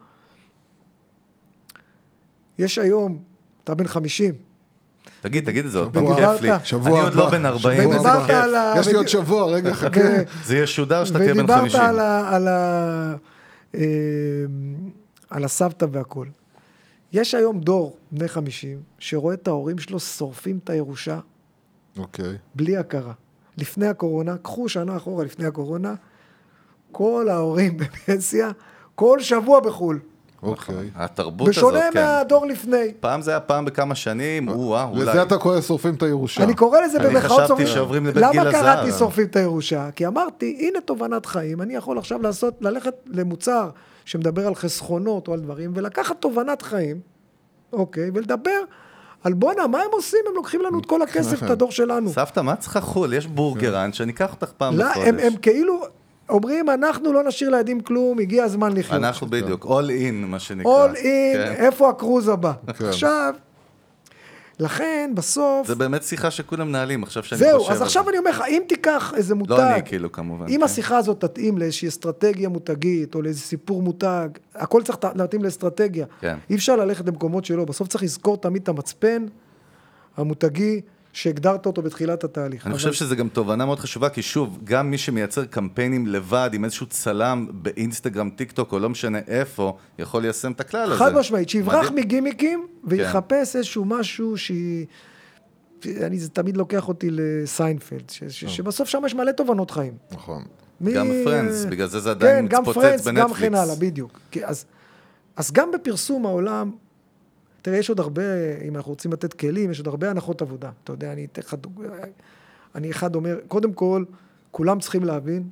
יש היום, אתה בן חמישים. תגיד, תגיד את זה עוד פעם, כיף לי. אני עוד לא בן ארבעים, איזה כיף. יש לי עוד שבוע, רגע, חכה. זה יהיה שודר שאתה תהיה בן חמישים. ודיברת על הסבתא והכל. יש היום דור, בני חמישים, שרואה את ההורים שלו שורפים את הירושה, בלי הכרה. לפני הקורונה, קחו שנה אחורה לפני הקורונה, כל ההורים בפנסיה, כל שבוע בחול. אוקיי. התרבות הזאת, כן. בשונה מהדור לפני. פעם זה היה פעם בכמה שנים, וואו, אולי. לזה אתה קורא שורפים את הירושה. אני קורא לזה במחאות שורפים. אני חשבתי שעוברים לבית גיל הזהב. למה קראתי שורפים את הירושה? כי אמרתי, הנה תובנת חיים, אני יכול עכשיו לעשות, ללכת למוצר שמדבר על חסכונות או על דברים, ולקחת תובנת חיים, אוקיי, ולדבר על בונה, מה הם עושים? הם לוקחים לנו את כל הכסף, את הדור שלנו. סבתא, מה צריך חול? יש בורגרן שאני אקח אותך פעם בחודש. לא, הם כאילו אומרים, אנחנו לא נשאיר לידים כלום, הגיע הזמן לחיות. אנחנו בדיוק, all in, מה שנקרא. all in, איפה הקרוז הבא? עכשיו, לכן, בסוף... זה באמת שיחה שכולם מנהלים, עכשיו שאני חושב... זהו, אז עכשיו אני אומר לך, אם תיקח איזה מותג... לא אני, כאילו, כמובן. אם השיחה הזאת תתאים לאיזושהי אסטרטגיה מותגית, או לאיזה סיפור מותג, הכל צריך להתאים לאסטרטגיה. אי אפשר ללכת למקומות שלו, בסוף צריך לזכור תמיד את המצפן המותגי, שהגדרת אותו בתחילת התהליך. אני חושב שזה גם תובנה מאוד חשובה, כי שוב, גם מי שמייצר קמפיינים לבד, עם איזשהו צלם באינסטגרם, טיק טוק, או לא משנה איפה, יכול ליישם את הכלל הזה. חד משמעית, שיברח מגימיקים, ויחפש איזשהו משהו שהיא... אני, זה תמיד לוקח אותי לסיינפלד, שבסוף שם יש מלא תובנות חיים. נכון. גם פרנדס, בגלל זה זה עדיין מתפוצץ בנטפליקס. גם כן הלאה, בדיוק. אז גם בפרסום העולם, תראה, יש עוד הרבה, אם אנחנו רוצים לתת כלים, יש עוד הרבה הנחות עבודה. אתה יודע, אני אתן לך דוגמה, אני אחד אומר, קודם כל, כולם צריכים להבין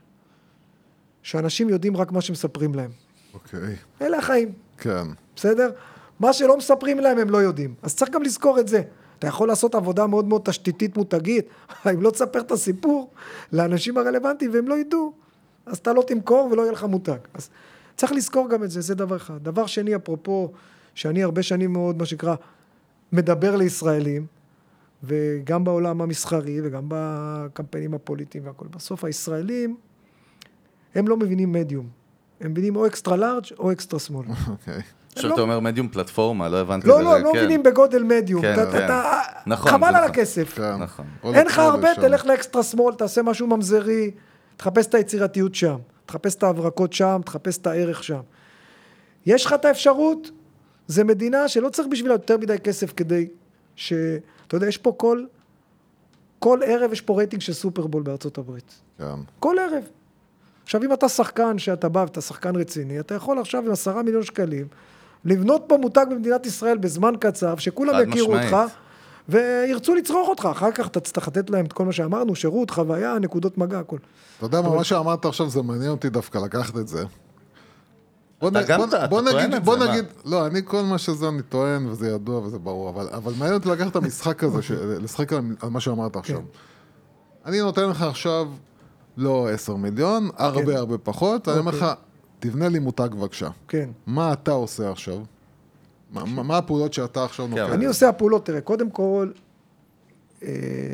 שאנשים יודעים רק מה שמספרים להם. אוקיי. אלה החיים. כן. בסדר? מה שלא מספרים להם הם לא יודעים. אז צריך גם לזכור את זה. אתה יכול לעשות עבודה מאוד מאוד תשתיתית מותגית, אם לא תספר את הסיפור לאנשים הרלוונטיים והם לא ידעו, אז אתה לא תמכור ולא יהיה לך מותג. אז צריך לזכור גם את זה, זה דבר אחד. דבר שני, אפרופו, שאני הרבה שנים מאוד, מה שקרא, מדבר לישראלים, וגם בעולם המסחרי, וגם בקמפיינים הפוליטיים והכל. בסוף הישראלים, הם לא מבינים מדיום. הם מבינים או אקסטרה לארג' או אקסטרה סמול. אוקיי. שאתה אומר מדיום פלטפורמה, לא הבנתי. לא, לא, לא מבינים בגודל מדיום. חבל על הכסף. אין לך הרבה, תלך לאקסטרה סמול, תעשה משהו ממזרי, תחפש את היצירתיות שם, תחפש את ההברקות שם, תחפש את הערך שם. יש לך את האפשרות, זה מדינה שלא צריך בשבילה יותר מדי כסף כדי ש... אתה יודע, יש פה כל... כל ערב יש פה רייטינג של סופרבול בארצות הברית. כל ערב. עכשיו, אם אתה שחקן שאתה בא ואתה שחקן רציני, אתה יכול עכשיו עם עשרה מיליון שקלים, לבנות פה מותג במדינת ישראל בזמן קצר, שכולם יכירו אותך, וירצו לצרוך אותך. אחר כך אתה צריך לתת להם את כל מה שאמרנו, שירות, חוויה, נקודות מגע, הכל. אתה יודע מה, מה שאמרת עכשיו זה מעניין אותי דווקא לקחת את זה. אתה גם אתה טוען את זה, מה? לא, אני כל מה שזה אני טוען, וזה ידוע וזה ברור, אבל מעניין אותי לקחת את המשחק הזה, לשחק על מה שאמרת עכשיו. אני נותן לך עכשיו לא עשר מיליון, הרבה הרבה פחות, אני אומר לך, תבנה לי מותג בבקשה. כן. מה אתה עושה עכשיו? מה הפעולות שאתה עכשיו נוקט? אני עושה הפעולות, תראה, קודם כל, אתה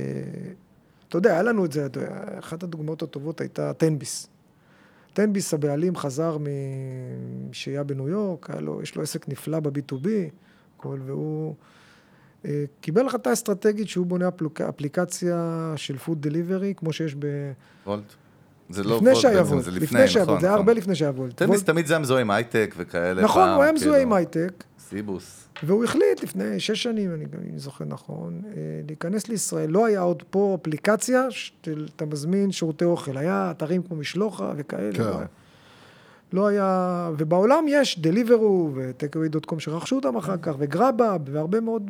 יודע, היה לנו את זה, אחת הדוגמאות הטובות הייתה טנביס. טנביס הבעלים חזר משהיה בניו יורק, יש לו עסק נפלא ב-בי טו בי, והוא קיבל החלטה אסטרטגית שהוא בונה אפליקציה של פוד דליברי, כמו שיש ב... וולט. זה לא וולט, זה לפני, נכון. זה הרבה לפני שהיה וולט. טנביס תמיד זה היה מזוהה עם הייטק וכאלה. נכון, הוא היה מזוהה עם הייטק. סיבוס. והוא החליט לפני שש שנים, אני זוכר נכון, להיכנס לישראל. לא היה עוד פה אפליקציה שאתה מזמין שירותי אוכל. היה אתרים כמו משלוחה וכאלה. כן. לא היה, ובעולם יש דליברו וטקאווי דוט קום שרכשו אותם אחר כך, וגראבאב והרבה מאוד.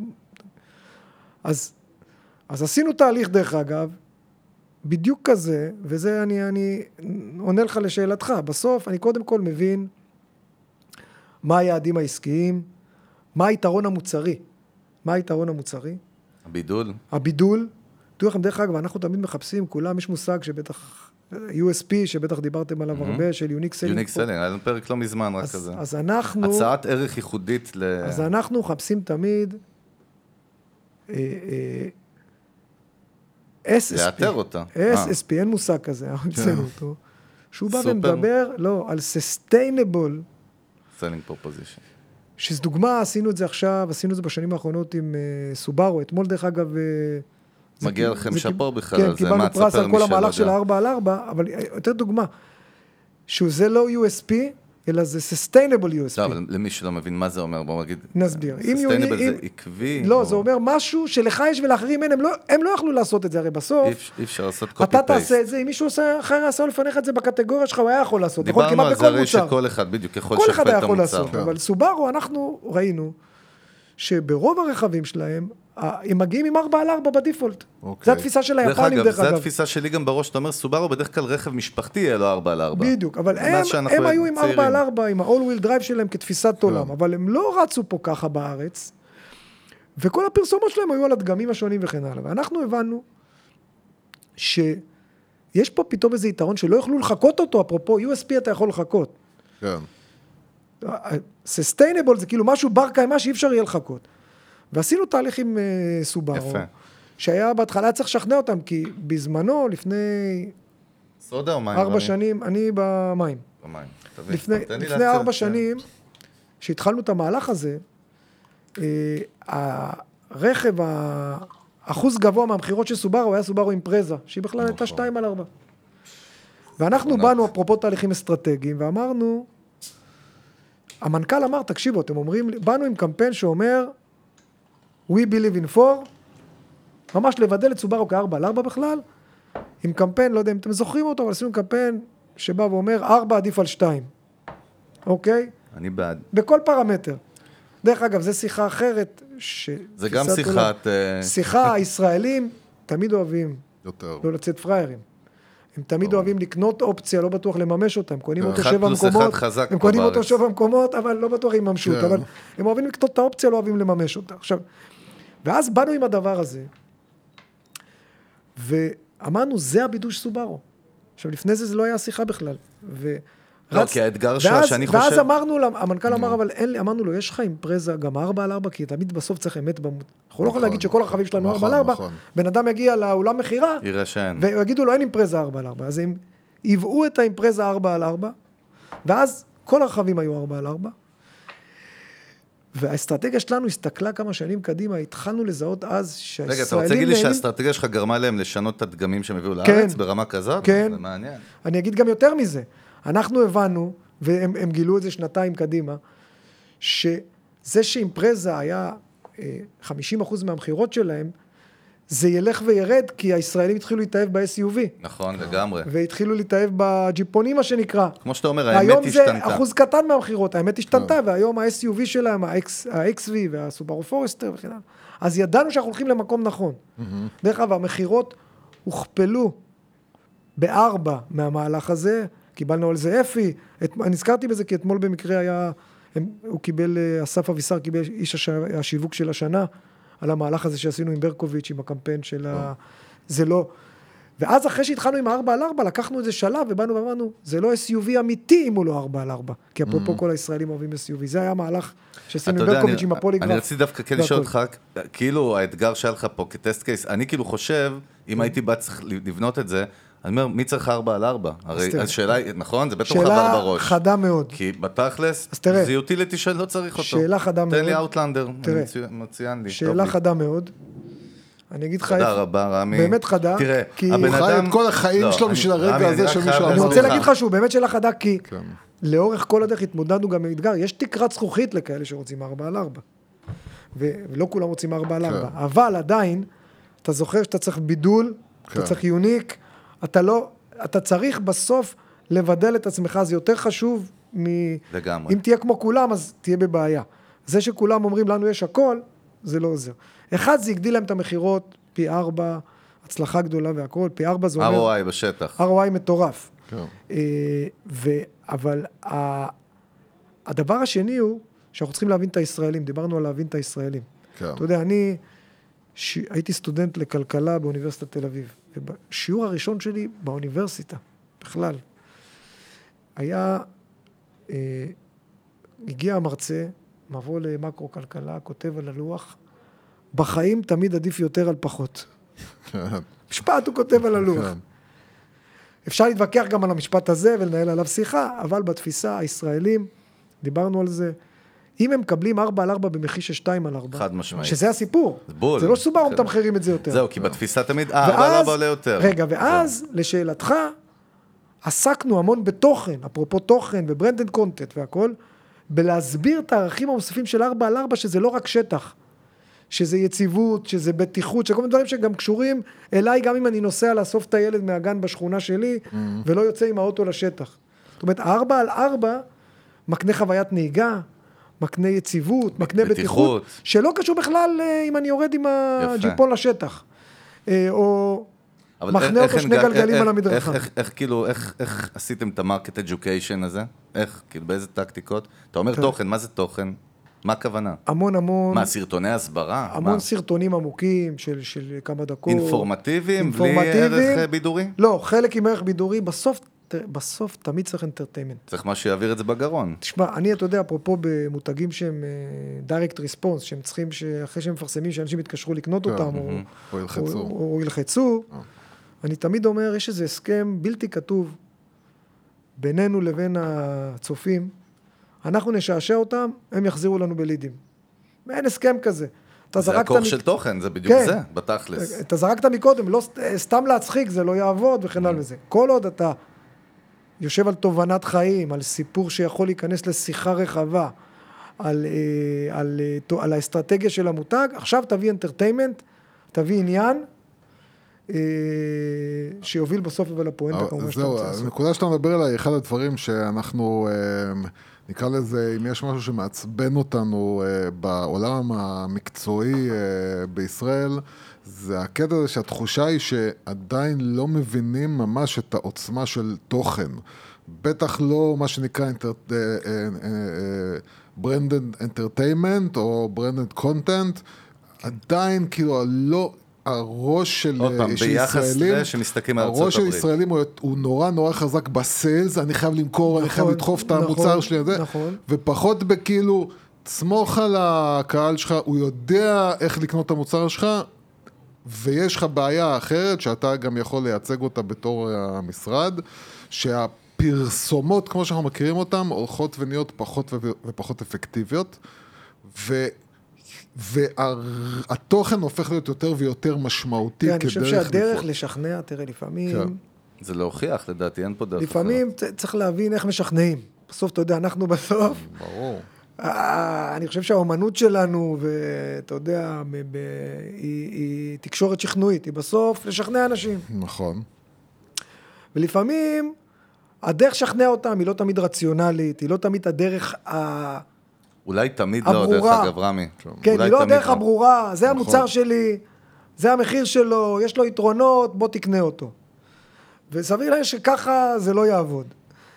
אז, אז עשינו תהליך דרך אגב, בדיוק כזה, וזה אני, אני עונה לך לשאלתך. בסוף אני קודם כל מבין מה היעדים העסקיים, מה היתרון המוצרי. מה היתרון המוצרי? הבידול. הבידול. תדעו לכם, דרך אגב, אנחנו תמיד מחפשים, כולם יש מושג שבטח, יו אס פי, שבטח דיברתם עליו הרבה, של יוניק סלינג. יוניק סלינג, היה לנו פרק לא מזמן רק כזה. אז אנחנו... הצעת ערך ייחודית ל... אז אנחנו מחפשים תמיד... אס אס פי. לאתר אותה. אס אס פי, אין מושג כזה, אנחנו המצאנו אותו. שהוא בא ומדבר, לא, על sustainable. selling proposition. שזו דוגמה, עשינו את זה עכשיו, עשינו את זה בשנים האחרונות עם סובארו, אתמול דרך אגב... מגיע לכם שפור בכלל, כן, קיבלנו פרס על כל המהלך של הארבע על ארבע, אבל יותר דוגמה, שזה לא יו אס פי, אלא זה sustainable יו אס פי. לא, אבל למי שלא מבין מה זה אומר, בואו נגיד... נסביר. sustainable זה עקבי. לא, זה אומר משהו שלך יש ולאחרים אין, הם לא יכלו לעשות את זה, הרי בסוף... אי אפשר לעשות copy-paste. אתה תעשה את זה, אם מישהו אחר יעשה לפניך את זה בקטגוריה שלך, הוא היה יכול לעשות. דיברנו על זה הרי שכל אחד, בדיוק, ככל שכפל את המוצר. אבל סובארו, אנחנו ראינו שברוב הרכבים שלהם, הם מגיעים עם ארבע על ארבע בדיפולט. זה התפיסה של היפנים, דרך אגב. זה התפיסה שלי גם בראש, אתה אומר, סובארו בדרך כלל רכב משפחתי יהיה לו ארבע על ארבע. בדיוק, אבל הם היו עם ארבע על ארבע, עם ה-all wheel drive שלהם כתפיסת עולם, אבל הם לא רצו פה ככה בארץ, וכל הפרסומות שלהם היו על הדגמים השונים וכן הלאה. ואנחנו הבנו שיש פה פתאום איזה יתרון שלא יוכלו לחכות אותו, אפרופו יו אס פי אתה יכול לחכות. כן. sustainable זה כאילו משהו בר קיימא שאי אפשר יהיה לחכות. ועשינו תהליך עם uh, סובארו, יפה. שהיה בהתחלה צריך לשכנע אותם, כי בזמנו, לפני... סודה או מים? ארבע שנים, אני במים. במים, תבין. לפני, לפני ארבע שנים, שהתחלנו את המהלך הזה, uh, הרכב, האחוז גבוה מהמחירות של סובארו, היה סובארו אימפרזה, שהיא בכלל הייתה שתיים על ארבע. ואנחנו באנו, אפרופו תהליכים אסטרטגיים, ואמרנו, המנכ"ל אמר, תקשיבו, אתם אומרים, באנו עם קמפיין שאומר, We believe in four, ממש לבדל את סובארו כארבע על ארבע בכלל, עם קמפיין, לא יודע אם אתם זוכרים אותו, אבל עשינו קמפיין שבא ואומר, ארבע עדיף על שתיים. אוקיי? אני בעד. בכל פרמטר. דרך אגב, זו שיחה אחרת, ש... זה גם שיחת... שיחה, הישראלים תמיד אוהבים יותר. לא לצאת פריירים. הם תמיד אוהבים לקנות אופציה, לא בטוח לממש אותה, הם קונים אותו שבע מקומות, אחד פלוס אחד חזק הם קונים אותו שבע מקומות, אבל לא בטוח יממשו אותה, אבל הם אוהבים לקנות את האופציה, לא אוהבים לממש אותה. עכשיו, ואז באנו עם הדבר הזה, ואמרנו, זה הבידוש סובארו. עכשיו, לפני זה זה לא היה שיחה בכלל. לא, כי האתגר שאני חושב... ואז אמרנו, המנכ"ל אמר, אבל אין לי, אמרנו לו, יש לך עם פרזה גם ארבע על ארבע, כי תמיד בסוף צריך אמת במות. אנחנו לא יכולים להגיד שכל הרכבים שלנו ארבע על ארבע, בן אדם יגיע לאולם מחירה, ויגידו לו, אין אימפרזה ארבע על ארבע. אז הם יבאו את האימפרזה ארבע על ארבע, ואז כל הרכבים היו ארבע על ארבע, והאסטרטגיה שלנו הסתכלה כמה שנים קדימה, התחלנו לזהות אז שהישראלים... רגע, אתה רוצה להגיד לי שהאסטרטגיה שלך גרמה להם לשנות את הדגמים שהם הביאו לארץ ברמה כזאת? כן, זה מעניין. אני אגיד גם יותר מזה. אנחנו הבנו, והם גילו את זה שנתיים קדימה, שזה שאימפרזה היה חמישים אחוז מהמחירות שלהם, זה ילך וירד, כי הישראלים התחילו להתאהב ב-אס יו וי. נכון, לגמרי. והתחילו להתאהב בג'יפונים, מה שנקרא. כמו שאתה אומר, האמת השתנתה. היום זה אחוז קטן מהמחירות, האמת השתנתה, והיום ה-אס יו וי שלהם, ה-אקס וי והסובארו פורסטר וכן הלאה. אז ידענו שאנחנו הולכים למקום נכון. דרך אגב, המחירות הוכפלו בארבע מהמהלך הזה, קיבלנו על זה אפי, אני הזכרתי בזה כי אתמול במקרה היה, הוא קיבל, אסף אבישר קיבל איש השיווק של השנה, על המהלך הזה שעשינו עם ברקוביץ', עם הקמפיין של ה... זה לא... ואז אחרי שהתחלנו עם ארבע על ארבע, לקחנו איזה שלב ובאנו ואמרנו, זה לא אס יו וי אמיתי אם הוא לא ארבע על ארבע, כי אפרופו כל הישראלים אוהבים אס יו וי, זה היה מהלך שעשינו עם ברקוביץ' עם הפוליגרף. אני רציתי דווקא כן לשאול אותך, כאילו האתגר שהיה לך פה כטסט קייס, אני כאילו חושב, אם הייתי בא צריך לבנות את זה, אני אומר, מי צריך ארבע על ארבע? הרי השאלה, נכון? זה בטח חבר בראש. שאלה חדה מאוד. כי בתכלס, זה יוטיליטי שלא צריך אותו. שאלה חדה מאוד. תן לי אאוטלנדר, מציין לי. שאלה חדה מאוד. אני אגיד לך... תודה רבה, רמי. באמת חדה. תראה, הבן אדם... את כל החיים שלו בשביל הרגע הזה שמישהו... אני רוצה להגיד לך שהוא באמת שאלה חדה, כי לאורך כל הדרך התמודדנו גם מאתגר. יש תקרת זכוכית לכאלה שרוצים ארבע על ארבע. ולא כולם רוצים ארבע על ארבע. אבל עדיין, אתה זוכר שאתה צריך בידול, אתה צריך יוניק, אתה לא, אתה צריך בסוף לבדל את עצמך, זה יותר חשוב מ... לגמרי. אם תהיה כמו כולם, אז תהיה בבעיה. זה שכולם אומרים לנו יש הכל, זה לא עוזר. אחד, זה הגדיל להם את המחירות, פי ארבע, הצלחה גדולה והכל, פי ארבע זה אומר... אר או איי בשטח. אר או איי מטורף. כן. ו... אבל ה... הדבר השני הוא, שאנחנו צריכים להבין את הישראלים, דיברנו על להבין את הישראלים. כן. אתה יודע, אני... ש... הייתי סטודנט לכלכלה באוניברסיטת תל אביב, ובשיעור הראשון שלי באוניברסיטה, בכלל, היה, אה, הגיע המרצה, מבוא למקרו-כלכלה, כותב על הלוח, בחיים תמיד עדיף יותר על פחות. משפט הוא כותב על הלוח. אפשר להתווכח גם על המשפט הזה ולנהל עליו שיחה, אבל בתפיסה הישראלים, דיברנו על זה, אם הם מקבלים ארבע על ארבע במחיר של שתיים על ארבע, חד משמעית. שזה הסיפור. זה בול. זה לא סובר, הם מתמחרים את זה יותר. זהו, כי בתפיסה תמיד ארבע על ארבע עולה יותר. רגע, ואז, לשאלתך, עסקנו המון בתוכן, אפרופו תוכן וברנדד קונטנט והכל, בלהסביר את הערכים המוספים של ארבע על ארבע, שזה לא רק שטח, שזה יציבות, שזה בטיחות, שכל מיני דברים שגם קשורים אליי, גם אם אני נוסע לאסוף את הילד מהגן בשכונה שלי, mm-hmm. ולא יוצא עם האוטו לשטח. זאת אומרת, ארבע על ארבע, מקנה חוויית נהיגה, מקנה יציבות, מקנה בטיחות, בטיחות שלא קשור בכלל אם אני יורד עם הג'יפון לשטח. או מחנה אותו שני גלגלים על המדרכה. איך כאילו, איך עשיתם את המרקט אדיוקיישן הזה? איך, כאילו, באיזה טקטיקות? אתה אומר תוכן, מה זה תוכן? מה הכוונה? המון המון. מה, סרטוני הסברה? המון סרטונים עמוקים של, של כמה דקות. אינפורמטיביים? בלי ערך בידורי? לא, חלק עם ערך בידורי, בסוף, בסוף תמיד צריך אנטרטיימנט. צריך מה שיעביר את זה בגרון. תשמע, אני, אתה יודע, אפרופו במותגים שהם direct response, שהם צריכים שאחרי שהם מפרסמים, שאנשים יתקשרו לקנות אותם, או, או ילחצו. או, או ילחצו. אני תמיד אומר, יש איזה הסכם בלתי כתוב בינינו לבין הצופים, אנחנו נשעשע אותם, הם יחזירו לנו בלידים. אין הסכם כזה. זה הכוח של תוכן, זה בדיוק זה, בתכלס. אתה זרקת מקודם, לא סתם להצחיק, זה לא יעבוד וכן הלאה וזה. כל עוד אתה יושב על תובנת חיים, על סיפור שיכול להיכנס לשיחה רחבה, על, על, על האסטרטגיה של המותג, עכשיו תביא אנטרטיימנט, תביא עניין, שיוביל בסוף ולפואנטה כמובן שאתה רוצה לעשות. הנקודה שאתה מדבר עליי, אחד הדברים שאנחנו, נקרא לזה, אם יש משהו שמעצבן אותנו בעולם המקצועי בישראל, זה הקטע הזה שהתחושה היא שעדיין לא מבינים ממש את העוצמה של תוכן. בטח לא מה שנקרא branded entertainment או branded content, עדיין כאילו לא... הראש של ישראלים, הראש של ישראלים הוא נורא נורא חזק בסיילס, אני חייב למכור, אני חייב לדחוף את המוצר שלי, ופחות בכאילו, תסמוך על הקהל שלך, הוא יודע איך לקנות את המוצר שלך, ויש לך בעיה אחרת, שאתה גם יכול לייצג אותה בתור המשרד, שהפרסומות, כמו שאנחנו מכירים אותן, הולכות ונהיות פחות ופחות אפקטיביות, ו... והתוכן הופך להיות יותר ויותר משמעותי כדרך לפעול. אני חושב שהדרך לשכנע, תראה, לפעמים... זה להוכיח, לדעתי, אין פה דרך. לפעמים צריך להבין איך משכנעים. בסוף, אתה יודע, אנחנו בסוף... ברור. אני חושב שהאומנות שלנו, ואתה יודע, היא תקשורת שכנועית, היא בסוף לשכנע אנשים. נכון. ולפעמים, הדרך לשכנע אותם היא לא תמיד רציונלית, היא לא תמיד הדרך ה... אולי תמיד לא, דרך אגב, רמי. כן, היא לא דרך הברורה, זה המוצר שלי, זה המחיר שלו, יש לו יתרונות, בוא תקנה אותו. וסביר לה שככה זה לא יעבוד.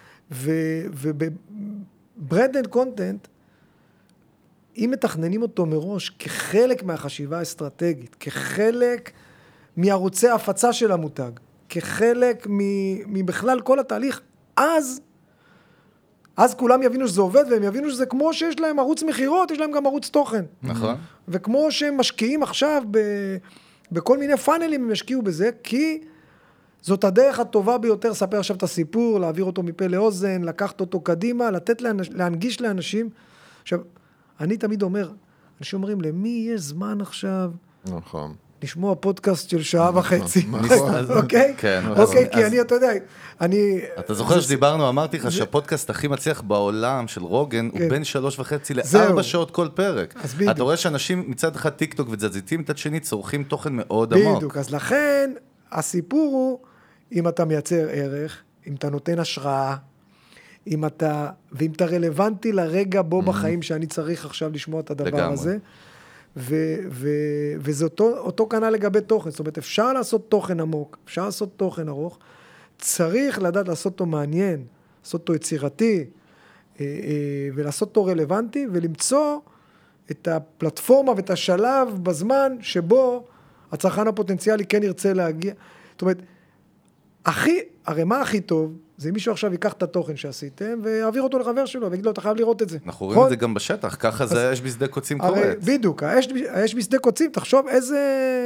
וברנדד קונטנט, אם מתכננים אותו מראש כחלק מהחשיבה האסטרטגית, כחלק מערוצי ההפצה של המותג, כחלק מבכלל כל התהליך, אז... אז כולם יבינו שזה עובד, והם יבינו שזה כמו שיש להם ערוץ מחירות, יש להם גם ערוץ תוכן. נכון. וכמו שהם משקיעים עכשיו ב, בכל מיני פאנלים, הם משקיעו בזה, כי זאת הדרך הטובה ביותר, ספר עכשיו את הסיפור, להעביר אותו מפה לאוזן, לקחת אותו קדימה, לתת לאנש, להנגיש לאנשים. עכשיו, אני תמיד אומר, אנשים אומרים, למי יש זמן עכשיו? נכון. לשמוע פודקאסט של שעה וחצי. אוקיי? כן. אוקיי, כי אני, אתה יודע, אני... אתה זוכר שדיברנו, אמרתי לך שהפודקאסט הכי מצליח בעולם של רוגן, הוא בין שלוש וחצי לארבע שעות כל פרק. אתה רואה שאנשים מצד אחד טיק טוק ותזזיתים, מצד שני צורכים תוכן מאוד עמוק. בדיוק, אז לכן הסיפור הוא, אם אתה מייצר ערך, אם אתה נותן השראה, אם אתה, ואם אתה רלוונטי לרגע בו בחיים שאני צריך עכשיו לשמוע את הדבר הזה, ו- ו- וזה אותו, אותו כנ"ל לגבי תוכן, זאת אומרת, אפשר לעשות תוכן עמוק, אפשר לעשות תוכן ארוך, צריך לדעת לעשות אותו מעניין, לעשות אותו יצירתי, ולעשות אותו רלוונטי, ולמצוא את הפלטפורמה ואת השלב בזמן שבו הצרכן הפוטנציאלי כן ירצה להגיע. זאת אומרת, הכי, הרי מה הכי טוב? זה אם מישהו עכשיו ייקח את התוכן שעשיתם, ויעביר אותו לחבר שלו, ויגיד לו, אתה חייב לראות את זה. אנחנו רואים את זה גם בשטח, ככה זה האש בשדה קוצים קורית. בדיוק, האש בשדה קוצים, תחשוב איזה...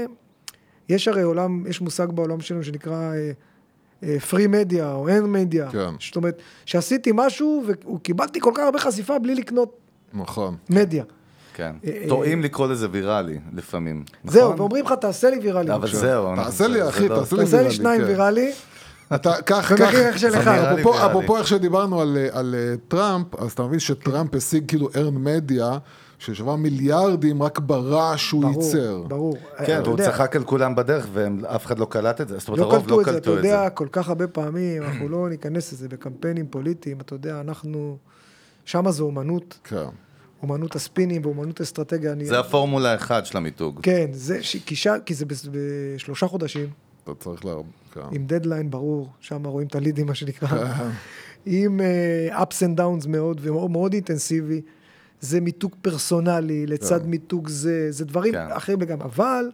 יש הרי עולם, יש מושג בעולם שלנו שנקרא פרי מדיה, או אין מדיה. זאת אומרת, שעשיתי משהו, וקיבלתי כל כך הרבה חשיפה בלי לקנות מדיה. כן, טועים לקרוא לזה ויראלי, לפעמים. זהו, ואומרים לך, תעשה לי ויראלי. אבל זהו. תעשה לי, אחי, תעשה לי ויראלי. תעשה לי שניים ויראלי. אתה, כך, כך, אפרופו, איך שדיברנו על טראמפ, אז אתה מבין שטראמפ השיג כאילו ארן מדיה, ששווה מיליארדים רק ברעש שהוא ייצר. ברור, כן, והוא צחק על כולם בדרך, ואף אחד לא קלט את זה. זאת אומרת, הרוב לא קלטו את זה. אתה יודע, כל כך הרבה פעמים, אנחנו לא ניכנס לזה בקמפיינים פוליטיים, אתה יודע, אנחנו, שמה זו אומנות. כן. אומנות הספינים ואומנות אסטרטגיה. זה הפורמולה אחד של המיתוג. כן, כי זה בשלושה חודשים. אתה צריך להרבה. עם דדליין ברור, שם רואים את הלידים, מה שנקרא. עם ups and downs מאוד, ומאוד אינטנסיבי. זה מיתוג פרסונלי, לצד מיתוג זה, זה דברים אחרים לגמרי. אבל...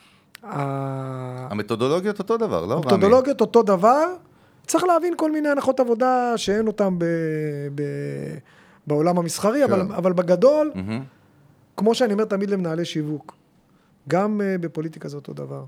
המתודולוגיות אותו דבר, לא? המתודולוגיות אותו דבר. צריך להבין כל מיני הנחות עבודה שאין אותם ב... בעולם המסחרי, אבל, אבל בגדול, mm-hmm. כמו שאני אומר תמיד למנהלי שיווק, גם uh, בפוליטיקה זה אותו דבר.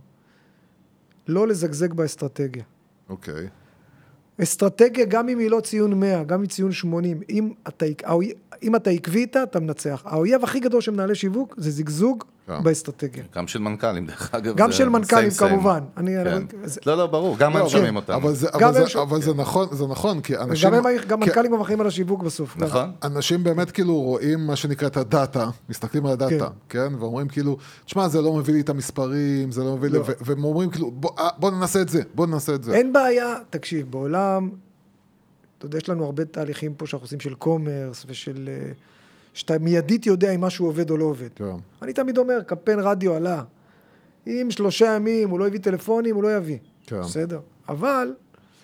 לא לזגזג באסטרטגיה. אוקיי. Okay. אסטרטגיה, גם אם היא לא ציון מאה, גם אם היא ציון שמונים, אם אתה, אם אתה עקבי איתה, אתה מנצח. האויב הכי גדול של מנהלי שיווק, זה זגזוג באסטרטגיה. גם של מנכ"לים, דרך אגב. גם של מנכ"לים, כמובן. לא, לא, ברור, גם הם שומעים אותם. אבל זה נכון, זה נכון, כי אנשים... גם מנכ"לים גם אחרים על השיווק בסוף. נכון. אנשים באמת כאילו רואים מה שנקרא את הדאטה, מסתכלים על הדאטה, כן? ואומרים כאילו, תשמע, זה לא מביא לי את המספרים, זה לא מביא לי... והם אומרים כאילו, בוא ננסה את זה, בוא ננסה את זה. אין בעיה, תקשיב, בעולם, אתה יודע, יש לנו הרבה תהליכים פה שאנחנו עושים של קומרס ושל... שאתה מיידית יודע אם משהו עובד או לא עובד. כן. אני תמיד אומר, קמפיין רדיו עלה. אם שלושה ימים הוא לא הביא טלפונים, הוא לא יביא. כן. בסדר. אבל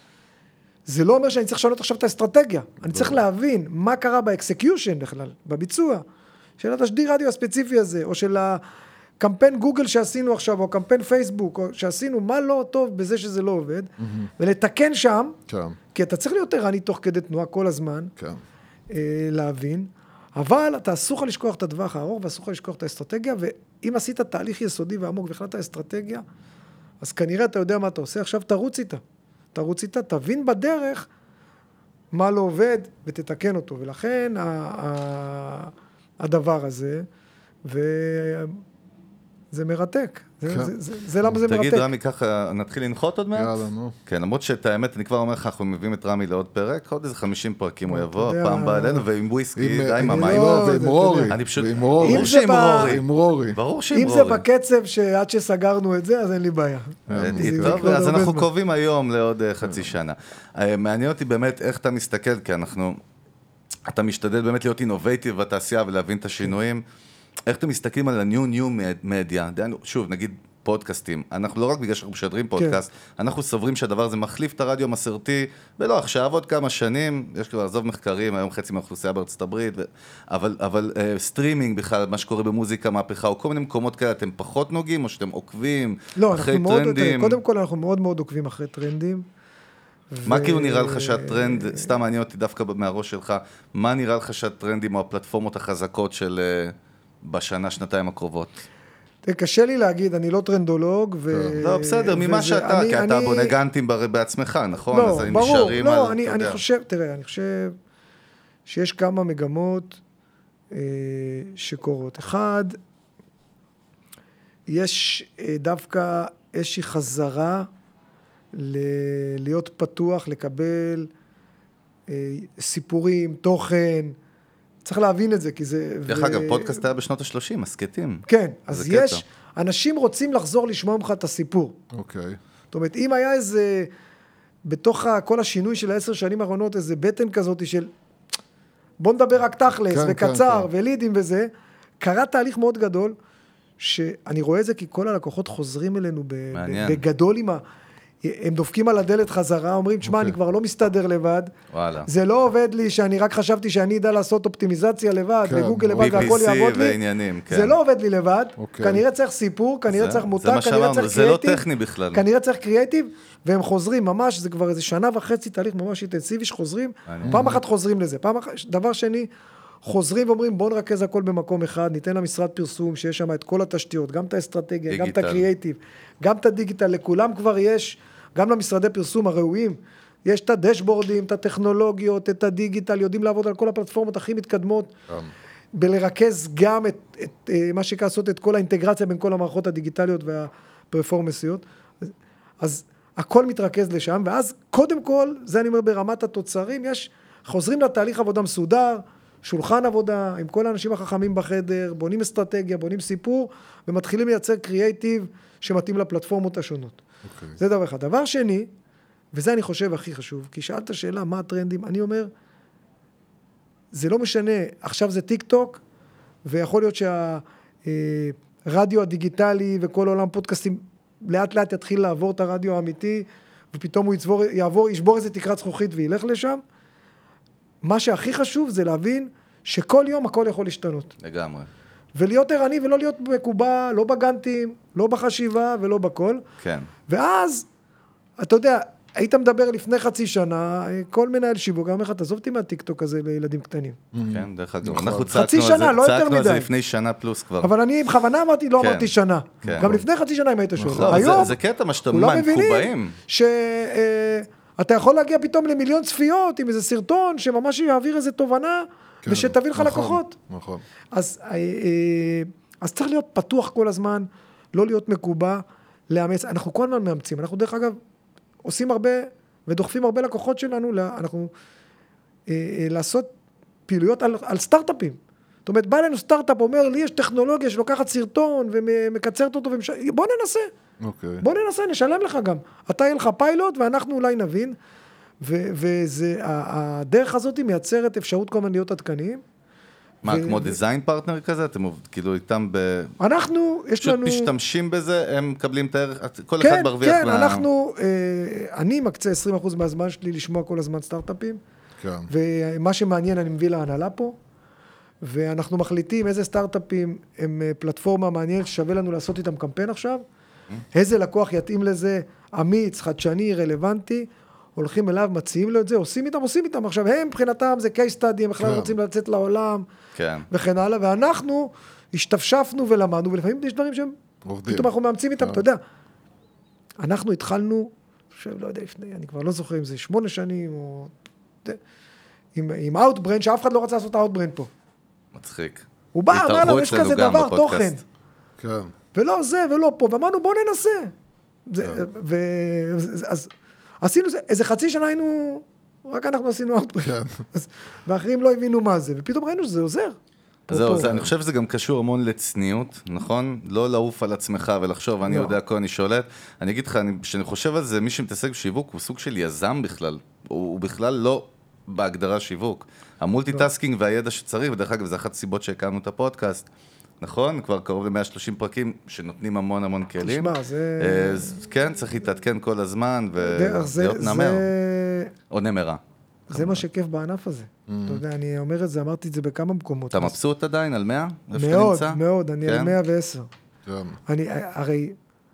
זה לא אומר שאני צריך לשנות עכשיו את האסטרטגיה. אני צריך להבין מה קרה באקסקיושן בכלל, בביצוע, של התשדיר רדיו הספציפי הזה, או של הקמפיין גוגל שעשינו עכשיו, או קמפיין פייסבוק, או שעשינו מה לא טוב בזה שזה לא עובד, ולתקן שם, כן. כי אתה צריך להיות ערני תוך כדי תנועה כל הזמן, כן. להבין, אבל אתה אסור לך לשכוח את הדווח הארוך, ואסור לך לשכוח את האסטרטגיה, ואם עשית תהליך יסודי ועמוק והחלטת האסטרטגיה, אז כנראה אתה יודע מה אתה עושה, עכשיו תרוץ איתה. תרוץ איתה, תבין בדרך מה לא עובד, ותתקן אותו. ולכן הדבר הזה, וזה מרתק. זה למה זה מרתק. תגיד רמי, ככה נתחיל לנחות עוד מעט? יאללה, נו. כן, למרות שאת האמת, אני כבר אומר לך, אנחנו מביאים את רמי לעוד פרק, עוד איזה חמישים פרקים הוא יבוא, פעם בא אלינו, ועם וויסקי, די עם המים. ועם רורי. אני פשוט... ברור שעם רורי. ברור שעם רורי. אם זה בקצב שעד שסגרנו את זה, אז אין לי בעיה. טוב, אז אנחנו קובעים היום לעוד חצי שנה. מעניין אותי באמת איך אתה מסתכל, כי אנחנו... אתה משתדל באמת להיות אינובייטיב בתעשייה ולהבין את השינויים. איך אתם מסתכלים על ה-new new media? שוב, נגיד פודקאסטים. אנחנו לא רק בגלל שאנחנו משדרים פודקאסט, אנחנו סוברים שהדבר הזה מחליף את הרדיו המסורתי, ולא עכשיו, עוד כמה שנים, יש כבר לעזוב מחקרים, היום חצי מהאוכלוסייה בארצות הברית, אבל, אבל סטרימינג בכלל, מה שקורה במוזיקה, מהפכה, או כל מיני מקומות כאלה, אתם פחות נוגעים, או שאתם עוקבים אחרי טרנדים? קודם כל, אנחנו מאוד מאוד עוקבים אחרי טרנדים. מה כאילו נראה לך שהטרנד, סתם מעניין אותי דווקא מהראש שלך, מה נראה לך שהטרנדים או הפלטפורמות החזקות של... בשנה, שנתיים הקרובות? קשה לי להגיד, אני לא טרנדולוג. לא, בסדר, ממה שאתה, כי אתה בונה גנטים בעצמך, נכון? לא, ברור, לא, אני חושב, תראה, אני חושב שיש כמה מגמות שקורות. אחד, יש דווקא איזושהי חזרה להיות פתוח, לקבל סיפורים, תוכן, צריך להבין את זה, כי זה... דרך אגב, פודקאסט היה בשנות ה-שלושים, מסקטים. כן, אז יש... אנשים רוצים לחזור לשמוע ממך את הסיפור. אוקיי. זאת אומרת, אם היה איזה... בתוך כל השינוי של העשר שנים האחרונות, איזה בטן כזאת של... בוא נדבר רק תכלס, וקצר, ולידים וזה, קרה תהליך מאוד גדול, שאני רואה את זה כי כל הלקוחות חוזרים אלינו בגדול הם דופקים על הדלת חזרה, אומרים, תשמע, אני כבר לא מסתדר לבד, זה לא עובד לי שאני רק חשבתי שאני אדע לעשות אופטימיזציה לבד, וגוגל לבד והכל יעבוד לי, זה לא עובד לי לבד, כנראה צריך סיפור, כנראה צריך מותג, כנראה צריך קריאטיב, כנראה צריך קריאטיב, והם חוזרים ממש, זה כבר איזה שנה וחצי תהליך ממש אינטנסיבי שחוזרים, פעם אחת חוזרים לזה, דבר שני, חוזרים ואומרים, בואו נרכז הכל במקום אחד, ניתן למשרד פרסום שיש שם את כל התשתיות, גם את האסטרטגיה, דיגיטל. גם את הקריאייטיב, גם את הדיגיטל, לכולם כבר יש, גם למשרדי פרסום הראויים, יש את הדשבורדים, את הטכנולוגיות, את הדיגיטל, יודעים לעבוד על כל הפלטפורמות הכי מתקדמות, בלרכז גם את, את מה שקרה לעשות את כל האינטגרציה בין כל המערכות הדיגיטליות והפרפורמנסיות, אז הכל מתרכז לשם, ואז קודם כל, זה אני אומר ברמת התוצרים, יש, חוזרים לתהליך עבודה מסודר, שולחן עבודה, עם כל האנשים החכמים בחדר, בונים אסטרטגיה, בונים סיפור, ומתחילים לייצר קריאייטיב שמתאים לפלטפורמות השונות. Okay. זה דבר אחד. דבר שני, וזה אני חושב הכי חשוב, כי שאלת שאלה, מה הטרנדים? אני אומר, זה לא משנה, עכשיו זה טיק טוק, ויכול להיות שהרדיו הדיגיטלי וכל העולם פודקאסטים, לאט לאט יתחיל לעבור את הרדיו האמיתי, ופתאום הוא יצבור, יעבור, ישבור איזה תקרת זכוכית וילך לשם, מה שהכי חשוב זה להבין שכל יום הכל יכול להשתנות. לגמרי. ולהיות ערני ולא להיות מקובע, לא בגנטים, לא בחשיבה ולא בכל. כן. ואז, אתה יודע, היית מדבר לפני חצי שנה, כל מנהל שיווק, גם איך תעזוב אותי מהטיקטוק הזה לילדים קטנים. כן, דרך אגב. אנחנו חצי שנה, לא יותר מדי. צעקנו על זה לפני שנה פלוס כבר. אבל אני בכוונה אמרתי, לא אמרתי שנה. גם לפני חצי שנה אם היית שואל. היום, זה קטע מה שאתה מקובעים. ש... אתה יכול להגיע פתאום למיליון צפיות עם איזה סרטון שממש יעביר איזה תובנה כן, ושתביא לך נכון, לקוחות. נכון. אז, אז צריך להיות פתוח כל הזמן, לא להיות מקובע, לאמץ. אנחנו כל הזמן מאמצים. אנחנו דרך אגב עושים הרבה ודוחפים הרבה לקוחות שלנו, אנחנו לעשות פעילויות על, על סטארט-אפים. זאת אומרת, בא לנו סטארט-אפ, אומר לי יש טכנולוגיה שלוקחת סרטון ומקצרת אותו, ומש... בוא ננסה. Okay. בוא ננסה, נשלם לך גם. אתה יהיה לך פיילוט, ואנחנו אולי נבין, ו- וזה, הדרך הזאת מייצרת אפשרות כל הזמן להיות עדכניים. מה, ו- כמו דיזיין פרטנר כזה? אתם כאילו איתם ב... אנחנו, יש לנו... פשוט משתמשים בזה, הם מקבלים את הערך, כל כן, אחד מרוויח כן, מה... כן, אנחנו, אה, אני מקצה עשרים אחוז מהזמן שלי לשמוע כל הזמן סטארט-אפים, כן. ומה שמעניין אני מביא להנהלה פה, ואנחנו מחליטים איזה סטארט-אפים הם פלטפורמה מעניינת, שווה לנו לעשות איתם קמפיין עכשיו, איזה לקוח יתאים לזה, אמיץ, חדשני, רלוונטי, הולכים אליו, מציעים לו את זה, עושים איתם, עושים איתם. עכשיו, הם מבחינתם זה case study, הם בכלל רוצים לצאת לעולם, וכן הלאה, ואנחנו השתפשפנו ולמדנו, ולפעמים יש דברים שהם, פתאום אנחנו מאמצים איתם, אתה יודע. אנחנו התחלנו, לא יודע, לפני, אני כבר לא זוכר אם זה שמונה שנים, או... עם Outbrain, שאף אחד לא רצה לעשות Outbrain פה. מצחיק. הוא בא, אמר לנו, יש כזה דבר, תוכן. כן. ולא זה ולא פה, ואמרנו בוא ננסה. אז עשינו איזה חצי שנה היינו, רק אנחנו עשינו Outbrain. ואחרים לא הבינו מה זה, ופתאום ראינו שזה עוזר. זהו, אני חושב שזה גם קשור המון לצניעות, נכון? לא לעוף על עצמך ולחשוב, אני יודע הכל, אני שולט. אני אגיד לך, כשאני חושב על זה, מי שמתעסק בשיווק הוא סוג של יזם בכלל. הוא בכלל לא בהגדרה שיווק. המולטיטאסקינג והידע שצריך, ודרך אגב, זה אחת הסיבות שהקמנו את הפודקאסט. נכון? כבר קרוב ל-מאה ושלושים פרקים שנותנים המון המון כלים. תשמע, זה... כן, צריך להתעדכן כל הזמן ולהיות נמר. או נמרה. זה מה שכיף בענף הזה. אתה יודע, אני אומר את זה, אמרתי את זה בכמה מקומות. אתה מבסוט עדיין על מאה? מאוד, מאוד, אני על מאה ועשר. אני, הרי,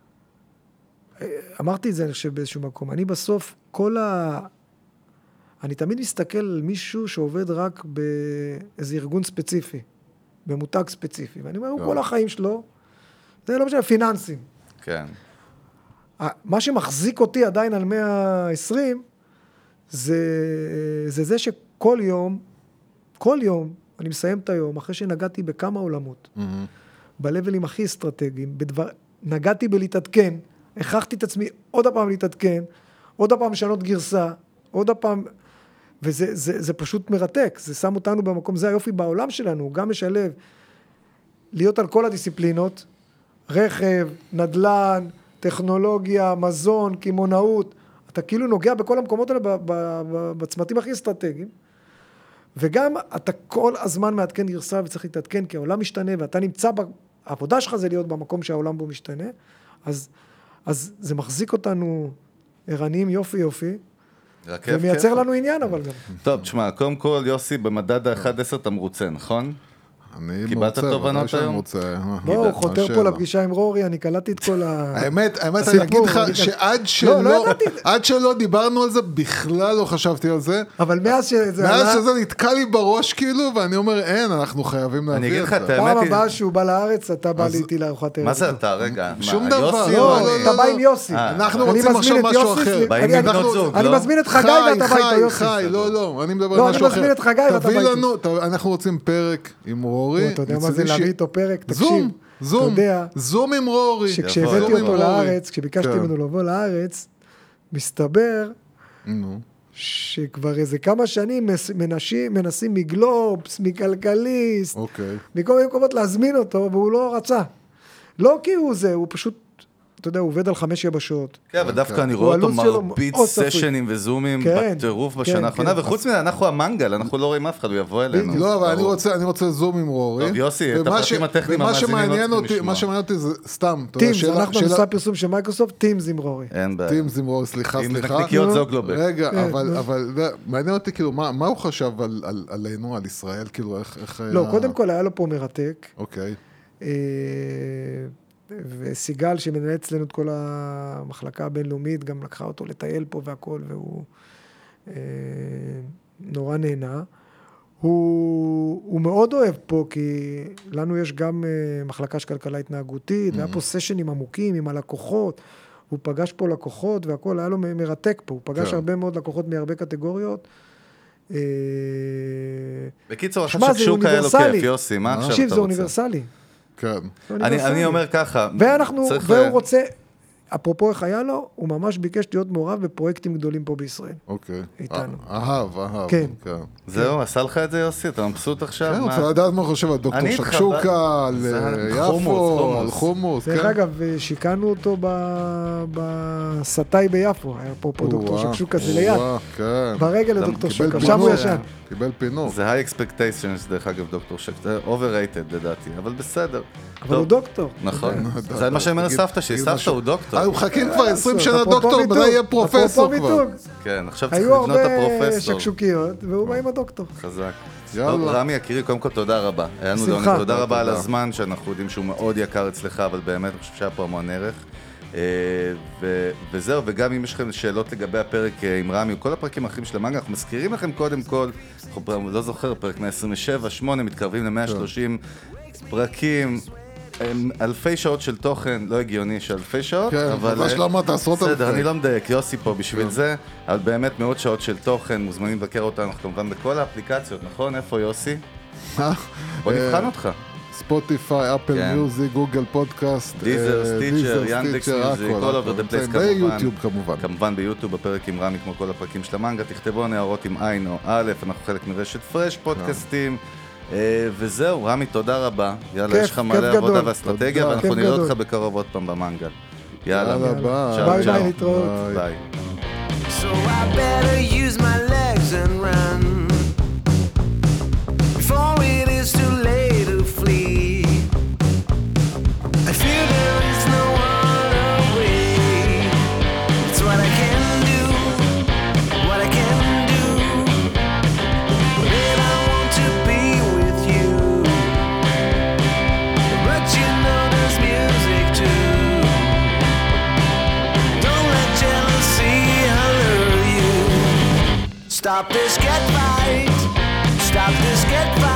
אמרתי את זה, אני חושב, באיזשהו מקום. אני בסוף, כל ה... אני תמיד מסתכל על מישהו שעובד רק באיזה ארגון ספציפי, במותג ספציפי. ואני אומר, הוא כל החיים שלו, זה לא משנה, פיננסים. כן. מה שמחזיק אותי עדיין על מאה ועשרים, זה, זה זה שכל יום, כל יום, אני מסיים את היום, אחרי שנגעתי בכמה עולמות, mm-hmm. בלבלים הכי אסטרטגיים, בדבר, נגעתי בלהתעדכן, הכרחתי את עצמי עוד הפעם להתעדכן, עוד הפעם לשנות גרסה, עוד הפעם, וזה זה, זה פשוט מרתק, זה שם אותנו במקום, זה היופי בעולם שלנו, הוא גם משלב, להיות על כל הדיסציפלינות, רכב, נדל"ן, טכנולוגיה, מזון, כימונאות, אתה כאילו נוגע בכל המקומות האלה בצמתים הכי אסטרטגיים, וגם אתה כל הזמן מעדכן גרסה וצריך להתעדכן, כי העולם משתנה, ואתה נמצא, העבודה שלך זה להיות במקום שהעולם בו משתנה, אז, אז זה מחזיק אותנו ערניים יופי יופי, ומייצר לנו עניין אבל גם. טוב, תשמע, קודם כל, יוסי, במדד ה-אחד עד עשר אתה מרוצה, נכון? אני מרוצה, ודאי שאני מרוצה. בוא, הוא חותר פה לפגישה עם רורי, אני קלטתי את כל ה... האמת, האמת, אני אגיד לך שעד שלא דיברנו על זה, בכלל לא חשבתי על זה. אבל מאז שזה... מאז שזה נתקע לי בראש כאילו, ואני אומר, אין, אנחנו חייבים להביא את זה. אני אגיד לך, את האמת... פעם הבאה שהוא בא לארץ, אתה בא לי איתי לארוחת ערב. מה זה אתה, רגע? שום דבר. אתה בא עם יוסי. אנחנו רוצים עכשיו משהו אחר. אני מזמין את חגי ואתה בא איתו יוסי. חי, לא, לא, אני מדבר על משהו אחר. לא, אני מזמין את חגי ואתה בא איתו. אנחנו רוצים פרק עם רורי. אתה יודע מה זה להביא איתו פרק, תקשיב. זום, זום, זום עם רורי. שכשהבאתי אותו לארץ, כשביקשתי ממנו לבוא לארץ, מסתבר שכבר איזה כמה שנים מנסים מגלובס, מכלכליסט, מכל מיני מקומות להזמין אותו, והוא לא רצה. לא כי הוא זה, הוא פשוט... אתה יודע, הוא עובד על חמש יבשות. כן, אבל דווקא אני רואה אותו מרביץ סשנים וזומים בטירוף בשנה האחרונה, וחוץ מזה, אנחנו המנגל, אנחנו לא רואים אף אחד, הוא יבוא אלינו. לא, אבל אני רוצה זום עם רורי. טוב, יוסי, את הפרטים הטכניים המאזינים לא צריכים לשמוע. מה שמעניין אותי זה סתם. טימס, אנחנו במשרד פרסום של מייקרוסופט, טימס עם רורי. אין בעיה. טימס עם רורי, סליחה, סליחה. נקניקיות זוגלובק. רגע, אבל מעניין אותי, כאילו, מה הוא חשב עלינו, על ישראל, כאילו, איך... לא, קודם כל היה לו פה מרתק. אוקיי. וסיגל שמנהל אצלנו את כל המחלקה הבינלאומית, גם לקחה אותו לטייל פה והכל, והוא אה, נורא נהנה. הוא, הוא מאוד אוהב פה, כי לנו יש גם אה, מחלקה של כלכלה התנהגותית, mm-hmm. והיה פה סשנים עמוקים עם הלקוחות, הוא פגש פה לקוחות והכל, היה לו מרתק פה, הוא פגש כן. הרבה מאוד לקוחות מהרבה קטגוריות. אה, בקיצור, עכשיו שקשוק היה לו כיף, יוסי, מה עכשיו אתה רוצה? תקשיב, זה אוניברסלי. כן. אני, אני אומר ככה, ואנחנו, צריך... והוא רוצה, אפרופו איך היה לו, הוא ממש ביקש להיות מעורב בפרויקטים גדולים פה בישראל. אוקיי. איתנו. אהב, אהב. כן. זהו, עשה לך את זה יוסי, אתה מבסוט עכשיו? כן, רוצה לדעת מה חושב על דוקטור שקשוקה, על יפו, על חומוס. דרך אגב, שיקענו אותו בסטאי ביפו, היה פה דוקטור שקשוקה, זה ליד. ברגע לדוקטור שקשוקה, שם הוא ישן. קיבל פינוק. זה high expectations, דרך אגב, דוקטור שקשוקה, זה overrated לדעתי, אבל בסדר. אבל הוא דוקטור. נכון. זה מה שאומר לסבתא, שסבתא הוא דוקטור. אנחנו מחכים כבר עשרים שנה דוקטור, מתי יהיה פרופסור כבר. כן, עכשיו צריך לבנות את הפרופסור. היו הרבה שקשוקיות, והוא בא עם הדוקטור. חזק. רמי, יקירי, קודם כל תודה רבה. היה לנו דוני, תודה רבה על הזמן, שאנחנו יודעים שהוא מאוד יקר אצלך, אבל באמת, אני חושב שהיה פה המון ערך. וזהו, וגם אם יש לכם שאלות לגבי הפרק עם רמי, כל הפרקים האחרים של המנגה, אנחנו מזכירים לכם קודם כל, אנחנו לא זוכר, פרק מאה עשרים ושבע, שמונה, מתקרבים ל-מאה ושלושים פרקים, אלפי שעות של תוכן, לא הגיוני שאלפי שעות, כן, אבל יש למה תעשרות אלפי. בסדר, אני לא מדייק, יוסי פה בשביל זה, אבל באמת מאות שעות של תוכן, מוזמנים לבקר אותנו כמובן בכל האפליקציות, נכון? איפה יוסי? בוא נבחן אותך. ספוטיפיי, אפל מיוזיק, גוגל פודקאסט, דיזר, סטיצ'ר, ינדקס מיוזיק, כל over the place כמובן. ביוטיוב כמובן. כמובן ביוטיוב, בפרק עם רמי, כמו כל הפרקים של המנגה, תכתבו הערות עם עין או א', אנחנו חלק מרשת פרש פודקאסטים. וזהו, רמי, תודה רבה. יאללה, יש לך מלא עבודה ואסטרטגיה, ואנחנו נראה אותך בקרוב עוד פעם במנגל. יאללה, ביי ביי, להתראות. ביי. So I better use my legs and run before it is too late to flee. I feel there is no other way. It's what I can do, what I can do. But I want to be with you. But you know there's music too. Don't let jealousy allure you. Stop this, get right. Stop this, get right.